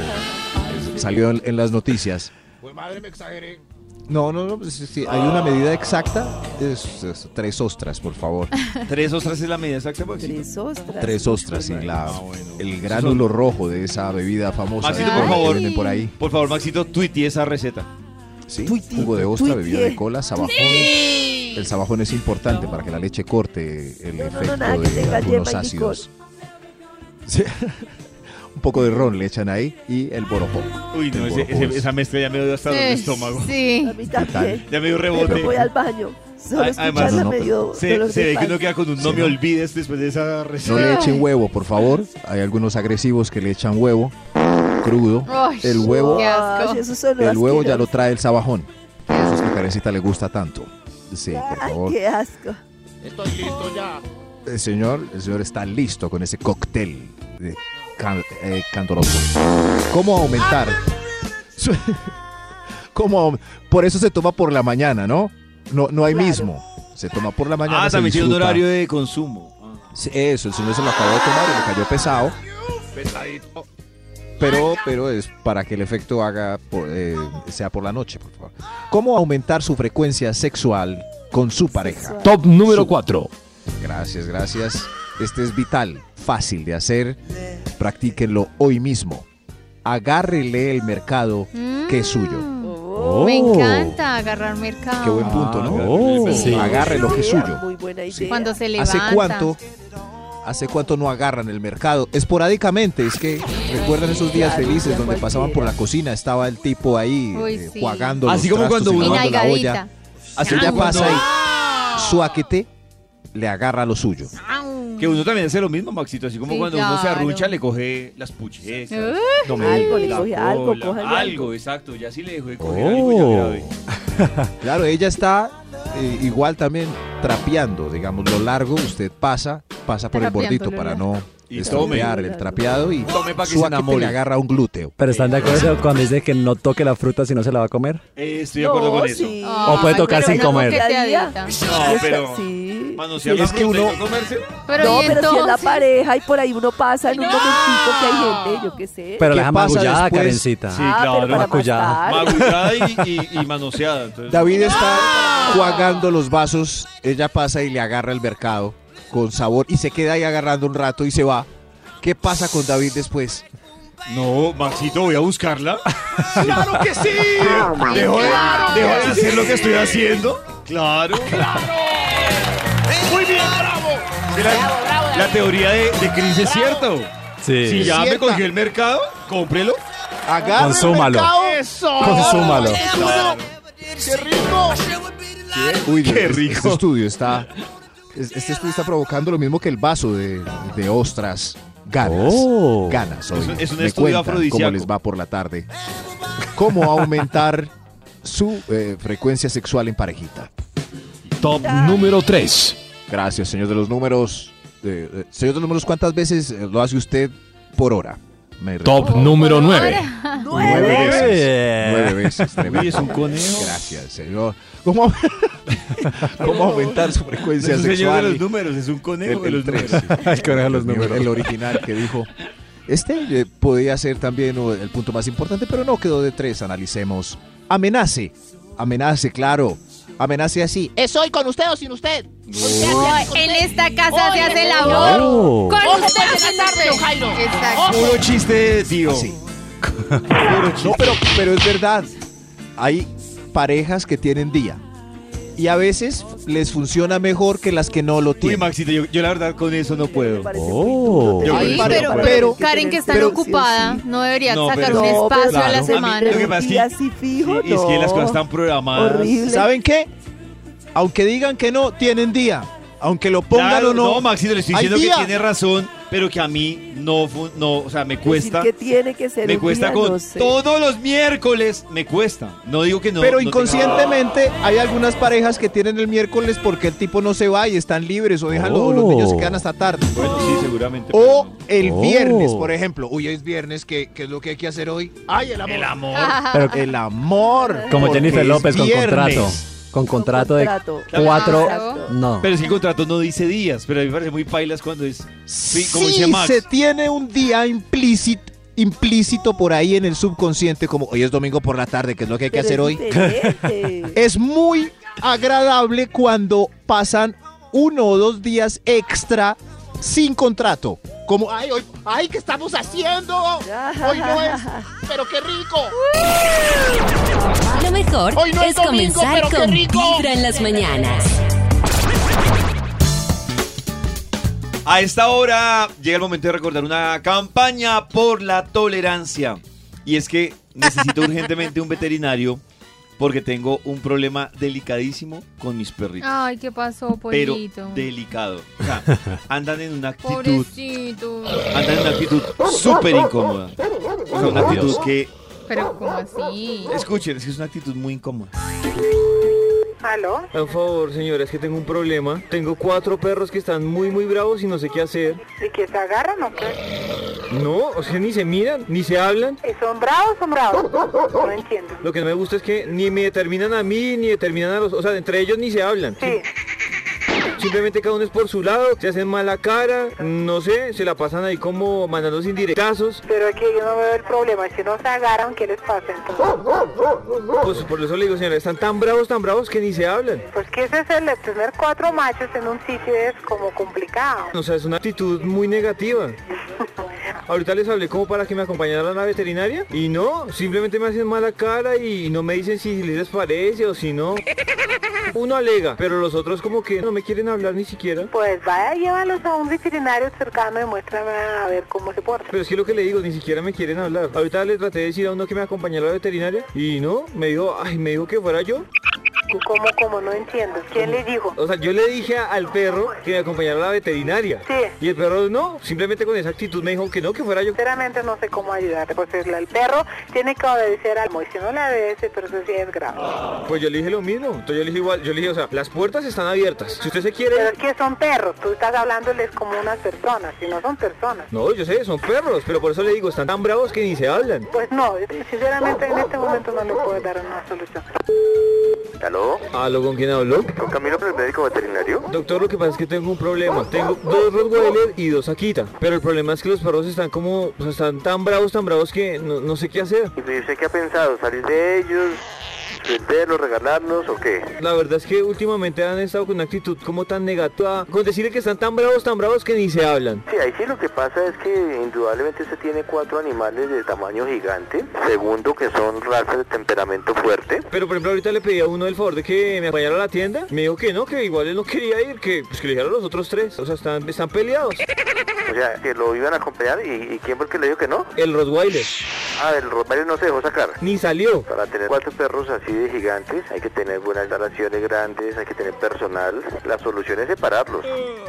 Salió en, en las noticias. Pues madre, me exageré. No, no, no. pues, sí, sí, hay una medida exacta. Es, es tres ostras, por favor. Tres ostras es la medida exacta, Maxito. Tres ostras. Tres ostras y la, Ah, bueno. el gránulo rojo de esa bebida famosa. Maxito, de por cola que favor. venden por ahí. Por favor, Maxito, tuitee esa receta. Sí, Tuitee, jugo de ostra, tuitee. bebida de cola, sabajón. El sabajón es importante para que la leche corte el No, no, no, efecto nada, que de tenga algunos yema y ácidos. Sí. Un poco de ron le echan ahí y el borojó. Uy, no, El ese- borojó ese- es- esa mezcla ya me dio hasta el Eh, estómago. Sí. A mí también. Ya me dio Pero rebote. voy al baño. Solo Además, escucharla no, me no, dio Se, dolor se de ve que uno panza. queda con un no Sí, me no. olvides después de esa receta. No le echen huevo, por favor. Hay algunos agresivos que le echan huevo crudo. Ay, El huevo, qué asco. Ay, eso solo el huevo ya lo asqueroso. trae el sabajón. Por eso es que a Karencita le gusta tanto. Sí, por Ay, favor. qué asco. Estoy listo ya. El señor, el señor está listo con ese cóctel de can- eh, candoroso. ¿Cómo aumentar? su- ¿Cómo? aum- Por eso se toma por la mañana, ¿no? No, no hay Claro. mismo. Se toma por la mañana. Ah, se también tiene un disfruta. horario de consumo. Ah. Sí, eso, el señor se lo acabó de tomar y le cayó pesado. Pesadito. Pero, pero es para que el efecto haga por- eh, sea por la noche, por favor. ¿Cómo aumentar su frecuencia sexual con su pareja? Sexual. Top número Su- cuatro. Gracias, gracias. Este es vital, fácil de hacer. Practíquenlo hoy mismo. Agárrele el mercado que es suyo. Oh. Me encanta agarrar mercado. Qué buen punto, ¿no? Oh. Sí. Agarre lo que es Idea, suyo. Muy buena idea. Cuando se levanta. ¿Hace cuánto? ¿Hace cuánto no agarran el mercado? Esporádicamente, es que recuerdan esos días Claro, felices ya donde pasaban por cualquiera. la cocina, estaba el tipo ahí Uy, eh, sí. jugando Así los como trastos cuando y uno- lavando la olla. Nalgadita. Así ya pasa ahí, suáquete, le agarra lo suyo. Que uno también hace lo mismo, Maxito. Así como Sí, cuando uno se claro. arrucha, le coge las puchecas. Uh. No me Algo, diga, le la coge algo, cola, cójale algo, algo. exacto. Ya sí le dejó de coger Oh. algo, ya grave. Claro, ella está eh, igual también trapeando, digamos, lo largo, usted pasa, pasa por el bordito Trapeándolo, para ¿no? no Y estropear tome. el trapeado y Tome pa' que se suáquete enamore. le agarra un glúteo. Pero ¿están de acuerdo cuando dice que no toque la fruta si no se la va a comer? Eh, estoy de acuerdo No, con eso. sí. O puede Ay, tocar pero sin una comer. coqueteadita. No, Está- pero sí. manosear la Es que fruta y uno- no comerse. Pero No, ¿y pero si es la entonces? pareja y por ahí uno pasa en un momentico que hay gente, yo qué sé. Pero ¿Qué la deja pasa magullada, después? Karencita. Sí, Ah, pero claro. para Macullada. mascar. Magullada y, y, y manoseada. Entonces, David está jugando los vasos, ella pasa y le agarra el mercado con sabor y se queda ahí agarrando un rato y se va. ¿Qué pasa con David después? No, Maxito, voy a buscarla. ¡Claro que sí! Dejo de, dejo de hacer lo que estoy haciendo. Claro. ¡Muy bien, bravo! La, la teoría de, de Chris es cierto. Sí. Si ya me Cierta. cogió el mercado, cómprelo. Agarra el Consúmalo. mercado. ¡Eso! Consúmalo. ¡Qué rico! Uy, Qué este- rico. Este estudio está, es- este estudio está provocando lo mismo que el vaso de, de ostras. Ganas, Oh. ganas hoy. Es un- es un Me estudio cuentan afrodisíaco. cómo les va por la tarde. ¿Cómo aumentar su eh, frecuencia sexual en parejita? Top número tres. Gracias, señor de los números. eh, eh, señor de los números, ¿cuántas veces eh, lo hace usted por hora? Me Top recuerdo. número nueve. Nueve veces. Nueve veces. Uy, es un conejo. Gracias, señor. ¿Cómo, cómo aumentar su frecuencia No es un señor sexual? de los números, es un conejo El- de los el tres, números. sí. El conejo de los números. El original que dijo. Este eh, podía ser también o, el punto más importante, pero no quedó de tres. Analicemos. Amenace. Amenace, claro. Amenace así. ¿Es hoy con usted o sin usted? Oh, en esta casa se hace la Oh. voz. Con Ojo, usted porque o sin la tarde, usted. Jairo. Exacto. Puro chiste, tío. Así. No, pero, pero es verdad. Hay parejas que tienen día. Y a veces les funciona mejor que las que no lo Uy, tienen. Maxito, yo, yo la verdad con eso no puedo. Me parece Oh. muy duro. Yo Ay, creo que pero, sí, pero, pero- Karen, que está pero- ocupada, sí, sí. no debería No, sacar pero- un No, espacio pero a la claro. semana. Lo que pasa es que- día así fijo, Sí, es que las no. cosas están programadas. Horrible. ¿Saben qué? Aunque digan que no, tienen día. Aunque lo pongan Claro, o no. no, Maxito, le estoy hay diciendo día. que tiene razón, pero que a mí no, fu- no o sea, me Decir cuesta. que tiene que ser Me un cuesta día, con no sé. todos los miércoles, me cuesta. No digo que no. Pero no inconscientemente hay algunas parejas que tienen el miércoles porque el tipo no se va y están libres o dejan lo- los niños se quedan hasta tarde. tenga- Bueno, sí, seguramente. O el Oh. viernes, por ejemplo. Uy, es viernes, ¿qué, qué es lo que hay que hacer hoy? ¡Ay, el amor! El amor. Pero El amor. como porque Jennifer es López con viernes. contrato. Con contrato de contrato. cuatro. Exacto. No. Pero es que el contrato no dice días, pero a mí me parece muy pailas cuando es. Sí, como Sí, dice Max. se tiene un día implícito, implícito por ahí en el subconsciente, como hoy es domingo por la tarde, que es lo que hay que Pero hacer es hoy. diferente. Es muy agradable cuando pasan uno o dos días extra sin contrato. Como, ay, hoy, ay, ¿qué estamos haciendo? Hoy no es, pero qué rico. Lo mejor Hoy no es es domingo, comenzar pero qué con rico. Vibra en las mañanas. A esta hora llega el momento de recordar una campaña por la tolerancia. Y es que necesito urgentemente un veterinario porque tengo un problema delicadísimo con mis perritos. Ay, ¿qué pasó, Pero pollito? delicado. O sea, andan en una actitud, Pobrecito. andan en una actitud súper incómoda. O sea, una actitud que, Pero, ¿cómo así? escuchen, es que es una actitud muy incómoda. ¿Aló? Por favor, señora, es que tengo un problema. Tengo cuatro perros que están muy, muy bravos y no sé qué hacer. ¿Y que se agarran o qué? No, o sea, ni se miran, ni se hablan. ¿Y son bravos o son bravos? No entiendo. Lo que no me gusta es que ni me determinan a mí, ni determinan a los... O sea, entre ellos ni se hablan. Sí. Simplemente cada uno es por su lado, se hacen mala cara, no sé, se la pasan ahí como mandándose indirectazos. Pero es que yo no veo el problema. Si no se agarran, ¿qué les pasa entonces? Pues por eso le digo, señora, están tan bravos, tan bravos que ni se hablan. Pues que ese es el de tener cuatro machos en un sitio es como complicado. O sea, es una actitud muy negativa. Ahorita les hablé como para que me acompañaran a la veterinaria y no, simplemente me hacen mala cara y no me dicen si les parece o si no. Uno alega, pero los otros como que no me quieren hablar ni siquiera. Pues vaya, llévalos a un veterinario cercano y muéstrame a ver cómo se porta. Pero es que lo que le digo, ni siquiera me quieren hablar. Ahorita le traté de decir a uno que me acompañara a la veterinaria y no, me dijo, ay, me dijo que fuera yo. ¿Cómo, cómo? No entiendo. ¿Quién le dijo? O sea, yo le dije a- al perro que me acompañara a la veterinaria. Sí. Y el perro no, simplemente con esa actitud me dijo que no, que fuera yo. Sinceramente no sé cómo ayudarte, pues el, el perro tiene que obedecer al y si no le obedece, pero eso sí es grave. Pues yo le dije lo mismo, entonces yo le dije igual, yo le dije, o sea, las puertas están abiertas. Si usted se quiere... Pero es que son perros, tú estás hablándoles como unas personas, si no son personas. No, yo sé, son perros, pero por eso le digo, están tan bravos que ni se hablan. Pues no, sinceramente en este momento no le puedo dar una solución. ¿Aló? ¿Aló, con quién habló? ¿Con Camilo, pero el médico veterinario? Doctor, lo que pasa es que tengo un problema. Tengo dos Rottweiler y dos Akita. Pero el problema es que los perros están como, o sea, están tan bravos, tan bravos que no, no sé qué hacer. ¿Y usted qué ha pensado? ¿Salir de ellos? ¿Venderlos, regalarlos o qué? La verdad es que últimamente han estado con una actitud como tan negativa, con decirle que están tan bravos, tan bravos que ni se hablan. Sí, ahí sí lo que pasa es que indudablemente usted tiene cuatro animales de tamaño gigante. Segundo, que son razas de temperamento fuerte. Pero por ejemplo ahorita le pedí a uno el favor de que me acompañara a la tienda. Me dijo que no, que igual él no quería ir, que pues que le dijera a los otros tres. O sea, están, están peleados. O sea, que lo iban a acompañar y, y ¿quién fue el que le dijo que no? El Rottweiler. Ah, el Rottweiler no se dejó sacar. Ni salió. Para tener cuatro perros así de gigantes hay que tener buenas instalaciones grandes, hay que tener personal. La solución es separarlos.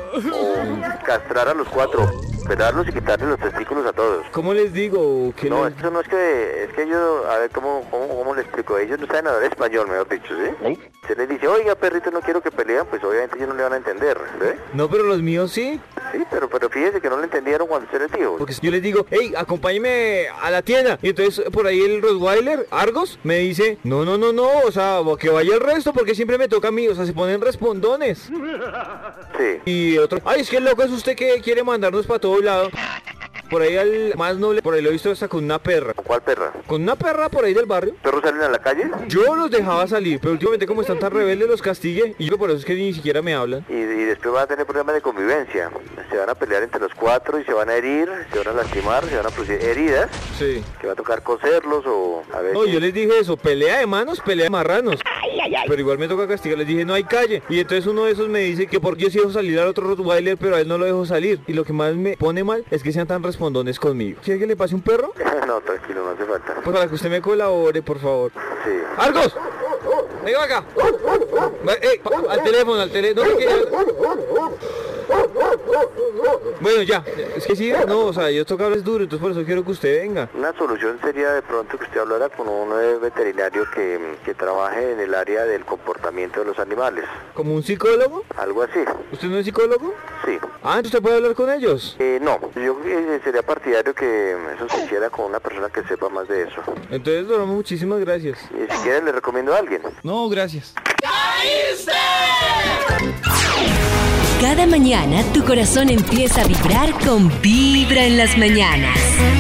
O castrar a los cuatro, operarlos y quitarle los testículos a todos. ¿Cómo les digo? Que No, les- eso no es que, es que ellos, a ver, ¿cómo, cómo, cómo le explico? Ellos no saben hablar español, mejor dicho, ¿sí? Se les dice, oiga, perrito, no quiero que peleen, pues obviamente ellos no le van a entender, ¿sí? No, pero los míos sí. Sí, pero, pero fíjese que no le entendieron cuando usted les dijo. Porque si yo les digo, hey, acompáñeme a la tienda. Y entonces por ahí el Rottweiler, Argos, me dice, no, no, no, no, o sea, que vaya el resto porque siempre me toca a mí. O sea, se ponen respondones. Sí. Y otro, ay, es que el loco es usted que quiere mandarnos para todo lado. Por ahí al más noble, por ahí lo he visto hasta con una perra. ¿Con cuál perra? Con una perra por ahí del barrio. ¿Perros salen a la calle? Yo los dejaba salir, pero últimamente como están tan rebeldes los castigué. Y yo por eso es que ni siquiera me hablan. Y, y después van a tener problemas de convivencia. Se van a pelear entre los cuatro y se van a herir, se van a lastimar, se van a producir heridas. Sí. Que va a tocar coserlos o a ver. No, si... yo les dije eso, pelea de manos, pelea de marranos. Ay, ay, ay. Pero igual me toca castigar, les dije no hay calle. Y entonces uno de esos me dice que por qué sí dejo salir al otro Rottweiler, pero a él no lo dejo salir. Y lo que más me pone mal es que sean tan respondones conmigo. ¿Quiere que le pase un perro? No, tranquilo, no hace falta. Pues para que usted me colabore, por favor. Sí. ¡Argos! ¡Venga acá! ¡Ey! Al teléfono, al teléfono. No, que... Bueno, ya. Es que sí, no, o sea, yo toco es duro, entonces por eso quiero que usted venga. Una solución sería de pronto que usted hablara con un eh, veterinario que, que trabaje en el área del comportamiento de los animales. ¿Como un psicólogo? Algo así. ¿Usted no es psicólogo? Sí. Ah, ¿entonces usted puede hablar con ellos? Eh, no, yo eh, sería partidario que eso se hiciera con una persona que sepa más de eso. Entonces, Dorama, muchísimas gracias. Y si quiere le recomiendo a alguien. No, gracias. Cada mañana tu corazón empieza a vibrar con Vibra en las mañanas.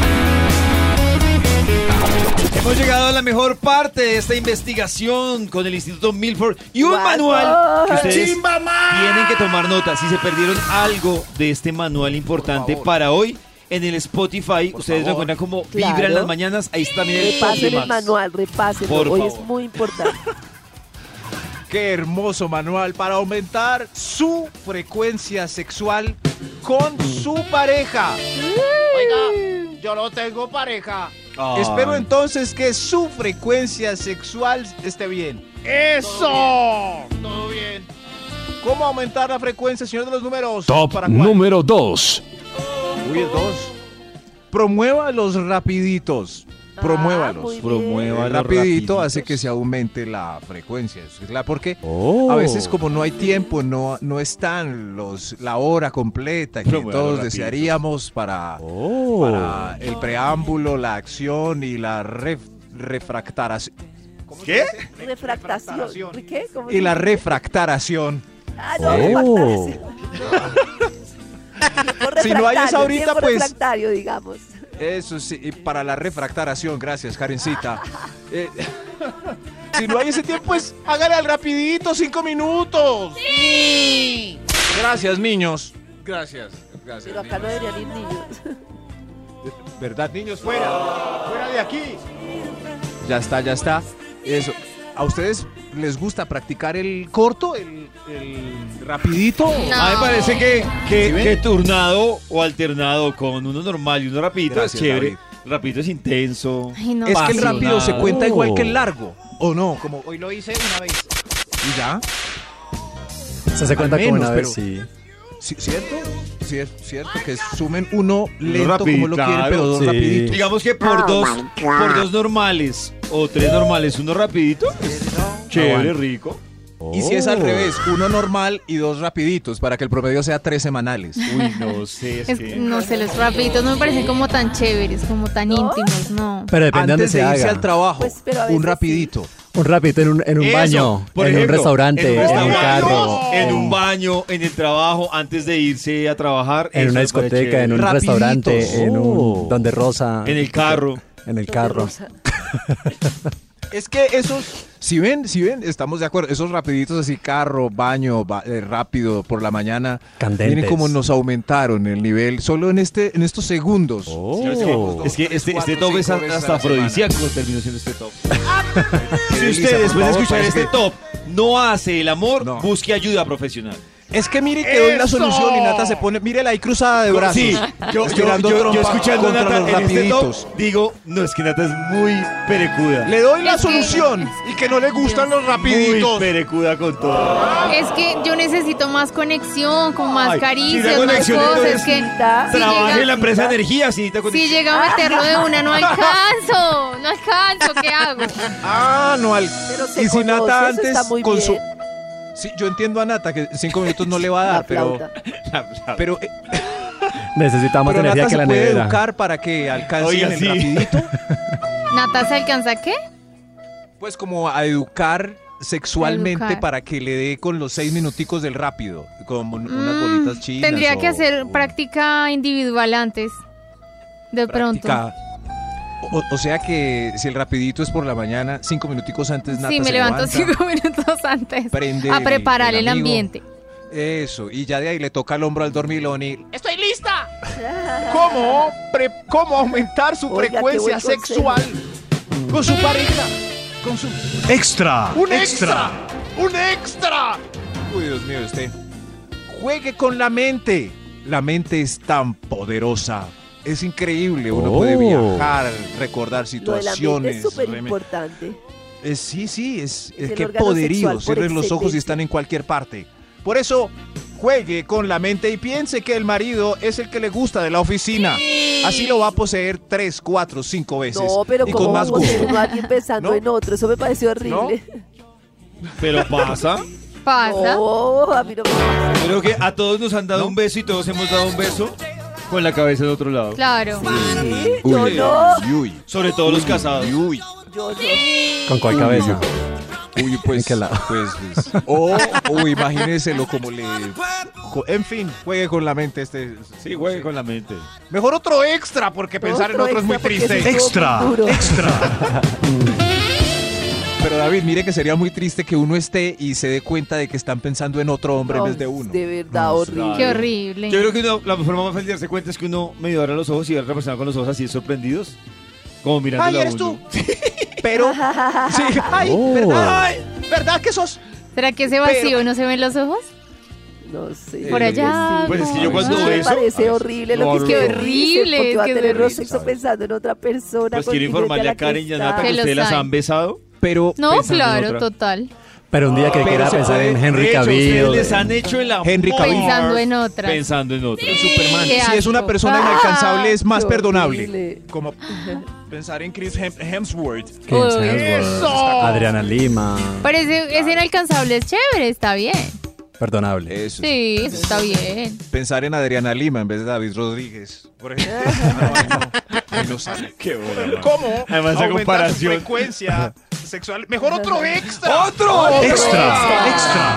Hemos llegado a la mejor parte de esta investigación con el Instituto Milford y un Guau. manual que ustedes ¡Chimba más! tienen que tomar nota. Si se perdieron algo de este manual importante para hoy, en el Spotify, Por ustedes lo favor. encuentran como Claro. Vibra en las mañanas. Ahí está también el top de Repasen el Max. manual, repasen. Por Hoy favor. es muy importante. Qué hermoso manual para aumentar su frecuencia sexual con su pareja. Oiga, yo no tengo pareja. Ay. Espero entonces que su frecuencia sexual esté bien. ¡Eso! Todo bien. ¿Cómo aumentar la frecuencia, señor de los números? Top ¿Para cuál? número dos. Uy, el dos. Promueva los rapiditos. Promuévalos. muy bien. Promueva El rapidito hace que se aumente la frecuencia. Es la- Porque Oh. a veces como no hay tiempo, no, no están los la hora completa que Promueva los todos rapiditos. desearíamos para, Oh. para el preámbulo, la acción y la ref- refractaración. ¿Qué? Refractación. ¿Qué? ¿Cómo Y se la dice? refractaración. Ah, no, Oh. refractaración. Por Si no hay esa refractario, ahorita, tiempo pues- refractario, digamos. Eso sí, y para la refractaración, gracias, Karencita. Eh, si no hay ese tiempo, pues hágale al rapidito, cinco minutos. ¡Sí! Gracias, niños. Gracias, gracias. Pero acá no niños. deberían ir niños. ¿Verdad, niños? Fuera, fuera de aquí. Ya está, ya está. Eso. ¿A ustedes les gusta practicar el corto, el, el rapidito? No. A mí me parece que, que, ¿Sí ven? que turnado o alternado con uno normal y uno rapidito Gracias, es chévere. David. Rapidito es intenso. Ay, no. Es que el Fácil. rápido se cuenta Oh. igual que el largo. ¿O no? Como Hoy lo hice una vez. ¿y ya? Se hace cuenta Al como menos, una vez, pero- sí. Sí, ¿cierto? Sí, es cierto que sumen uno lento rápido, como lo quieren, claro. pero dos Sí. rapiditos. Digamos que por dos, por dos normales o tres normales, uno rapidito, es chévere, Aguanta. rico. Y si es al Oh. revés, uno normal y dos rapiditos, para que el promedio sea tres semanales. Uy, no sé, es, Es- que... no sé, los rapiditos no me parecen como tan chéveres, como tan ¿No? íntimos, no. Pero depende de Antes dónde de se irse haga. al trabajo, Pues, pero a veces un sí. rapidito. Un rapidito en un, en un Eso, baño, por en ejemplo, un restaurante, en un, en un restaurante, carro, en un baño, en el trabajo, antes de irse a trabajar. en eso una me parece discoteca, chévere. en un Rapiditos. restaurante, en Oh. un donde rosa. En el carro. En el carro. Es que esos, si ven, si ven, estamos de acuerdo, esos rapiditos así, carro, baño, ba- eh, rápido por la mañana, Candentes. miren cómo nos aumentaron el nivel solo en este, en estos segundos. Oh. Es que este, cuatro, este top es cinco veces hasta a la semana. afrodisíaco, terminó siendo este top. Qué Si delicia, usted por después de favor, escuchar parece este que- top no hace el amor, No. busque ayuda profesional. Es que mire que doy la ¡Eso! solución y Nata se pone, mírela ahí cruzada de brazos. Sí, yo, yo, estirando yo- yo trompa escuchando a contra Nata los en este rapiditos. top, digo, no, es que Nata es muy perecuda. Le doy la Es que- solución y que no le gustan los Muy rapiditos. perecuda con todo. Es que yo necesito más conexión, con más Ay, caricias, si la más conexión cosas. entonces Es que Necesita- si Trabaje llega- en la empresa de energía, sí, te si llega a meterlo de una, no alcanzo. No alcanzo, ¿qué hago? Ah, no al. Pero se Y si Nata conoce, eso antes está muy con su. bien. Sí, yo entiendo a Nata que cinco minutos no le va a La dar, pero. flauta. Pero. eh, Necesitamos Pero energía Nata que la se puede nevera. educar para que alcance Oiga, el sí. rapidito. ¿Nata se alcanza qué? Pues como a educar sexualmente Educar. para que le dé con los seis minuticos del rápido, como un- unas Mm, bolitas chinas. Tendría o- que hacer o práctica individual antes. De pronto. práctica. O, o sea que si el rapidito es por la mañana, cinco minuticos antes Nata Sí, me se levanto levanta, cinco minutos antes. prende A el- preparar el, amigo. ambiente. Eso, y ya de ahí le toca el hombro al dormilón y... ¡Estoy lista! ¿Cómo, pre- cómo aumentar su Oiga, qué frecuencia buen consejo. sexual con su pareja? Con su... Extra. ¡Un Extra. extra! ¡Un extra! Uy, Dios mío, usted. Juegue con la mente. La mente es tan poderosa. Es increíble. Uno Oh. puede viajar, recordar Lo de la mente situaciones. es súper reme- importante. Eh, sí, sí, es, Es es el que órgano poderío. sexual por Cierren los ojos y excelencia. están en cualquier parte. Por eso, juegue con la mente y piense que el marido es el que le gusta de la oficina. Así lo va a poseer tres, cuatro, cinco veces. No, pero y como con más vamos gusto. uno a alguien pensando ¿No? en otro, eso me pareció horrible. Pero pasa. Pasa. No, a mí no me pasa. Creo que a todos nos han dado un beso y todos hemos dado un beso con la cabeza en otro lado. Claro. Yo Uy, no. uy, Sobre todo los casados. uy. Yo no. ¿Con cuál cabeza? Uy, pues, ¿En qué lado? pues, pues, o, o imagínenselo como le... co- En fin, juegue con la mente este... Sí, juegue con la mente. Mejor otro extra, porque pensar en Otro otro es muy extra, porque triste. eso estuvo Extra. muy duro. Extra. Pero David, mire que sería muy triste que uno esté y se dé cuenta de que están pensando en otro hombre en Ay, vez de uno. De verdad, No, horrible. Qué horrible. Yo creo que uno- la forma más fácil de darse cuenta es que uno medio abre los ojos y ve a otra persona con los ojos así sorprendidos. Como mirando ¡Ay, a eres uno. tú! Pero... Sí, ¡ay, Oh. verdad! Ay, ¿verdad que sos...? ¿Será que ese vacío no se ve en los ojos? No sé. Por allá. Pues es que yo no. cuando Eso veo me eso... parece horrible lo que no, usted Qué dice, horrible, porque va a qué tener horrible. sexo pensando en otra persona. Pues con quiero gente informarle la a Karen y a Nata Que que los ustedes las hay. han besado. Pero No, pensando en claro, otra. total. Pero un día que Pero quiera se pensar puede- en Henry De hecho, ustedes Cavill. les han hecho el amor. Henry Cavill. Pensando en otras. Pensando en otro. Superman. Qué Si es una asco. persona Ah, inalcanzable es más qué perdonable. horrible. Como pensar en Chris Hem- Hemsworth. Chris Uy. Hemsworth, Adriana Lima. Pero ese, ese inalcanzable es chévere, está bien. Perdonable. Eso. Sí, eso está bien. Pensar en Adriana Lima en vez de David Rodríguez. Por ejemplo. Ay, no. Ay, no sale. Qué bola. ¿Cómo Además, esa aumentar comparación. su frecuencia sexual? Mejor otro extra. ¡Otro! Extra. Extra.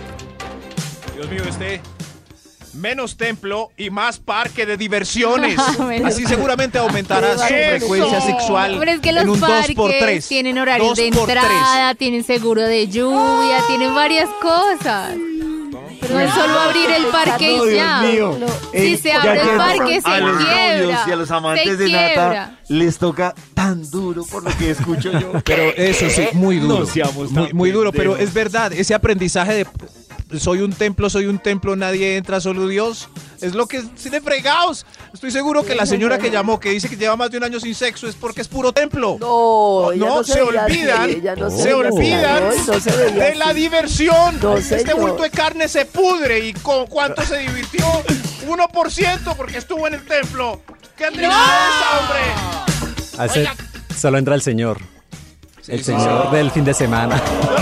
Dios mío, este... Menos templo y más parque de diversiones. Menos- Así seguramente aumentará su Eso. frecuencia sexual Pero es que en los un dos por parques tres. tienen horarios dos de por tres. entrada, tienen seguro de lluvia, tienen varias cosas. Pero no es solo abrir el parque No, y Dios ya. mío. Si Eh, se ya abre el que parque, se a los quiebra. novios y a los amantes se de Nata quiebra. les toca tan duro por lo que escucho yo. Pero eso sí, muy duro. No seamos muy, tan muy duro, pero pendejos. es verdad, ese aprendizaje de soy un templo, soy un templo, nadie entra, solo Dios. Es lo que es de fregados. Estoy seguro que la señora que llamó, que dice que lleva más de un año sin sexo, es porque es puro templo. No, ella No, no, se veía así, olvidan, ella no se veía así, olvidan no, no se veía de así. la diversión. No, Este señor. bulto de carne se pudre. ¿Y con cuánto se divirtió? uno por ciento porque estuvo en el templo. ¡Qué tristeza, hombre! Hace- solo entra el señor. El sí, señor sí. del fin de semana.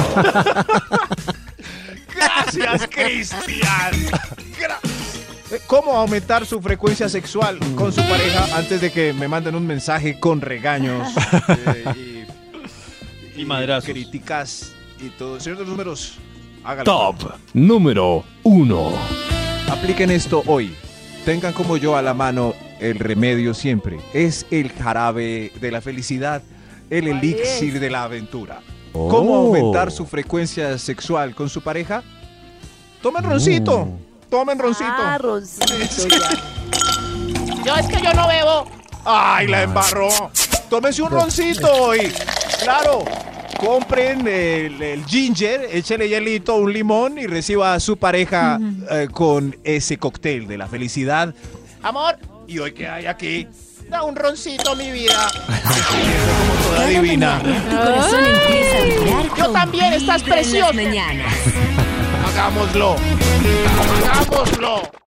Gracias, Cristian. Gra- ¿Cómo aumentar su frecuencia sexual con su pareja antes de que me manden un mensaje con regaños eh, y, Y madrazos. críticas y todo? Señor de los números, hágalo. Top número uno. Apliquen esto hoy. Tengan como yo a la mano el remedio siempre. Es el jarabe de la felicidad, el elixir de la aventura. ¿Cómo Oh. aumentar su frecuencia sexual con su pareja? Tomen roncito. Tomen roncito. Ah, roncito, ya. Yo es que yo no bebo. ¡Ay, la embarró! Tómense un roncito hoy. Claro. Compren el, el ginger, échele hielito, un limón y reciba a su pareja eh, con ese cóctel de la felicidad. Amor, ¿Y hoy qué hay aquí? da un roncito, mi vida. Toda divina. Tu corazón empieza a vibrar Yo con también, estás Vibra en las preciosa. mañanas. Hagámoslo. Hagámoslo.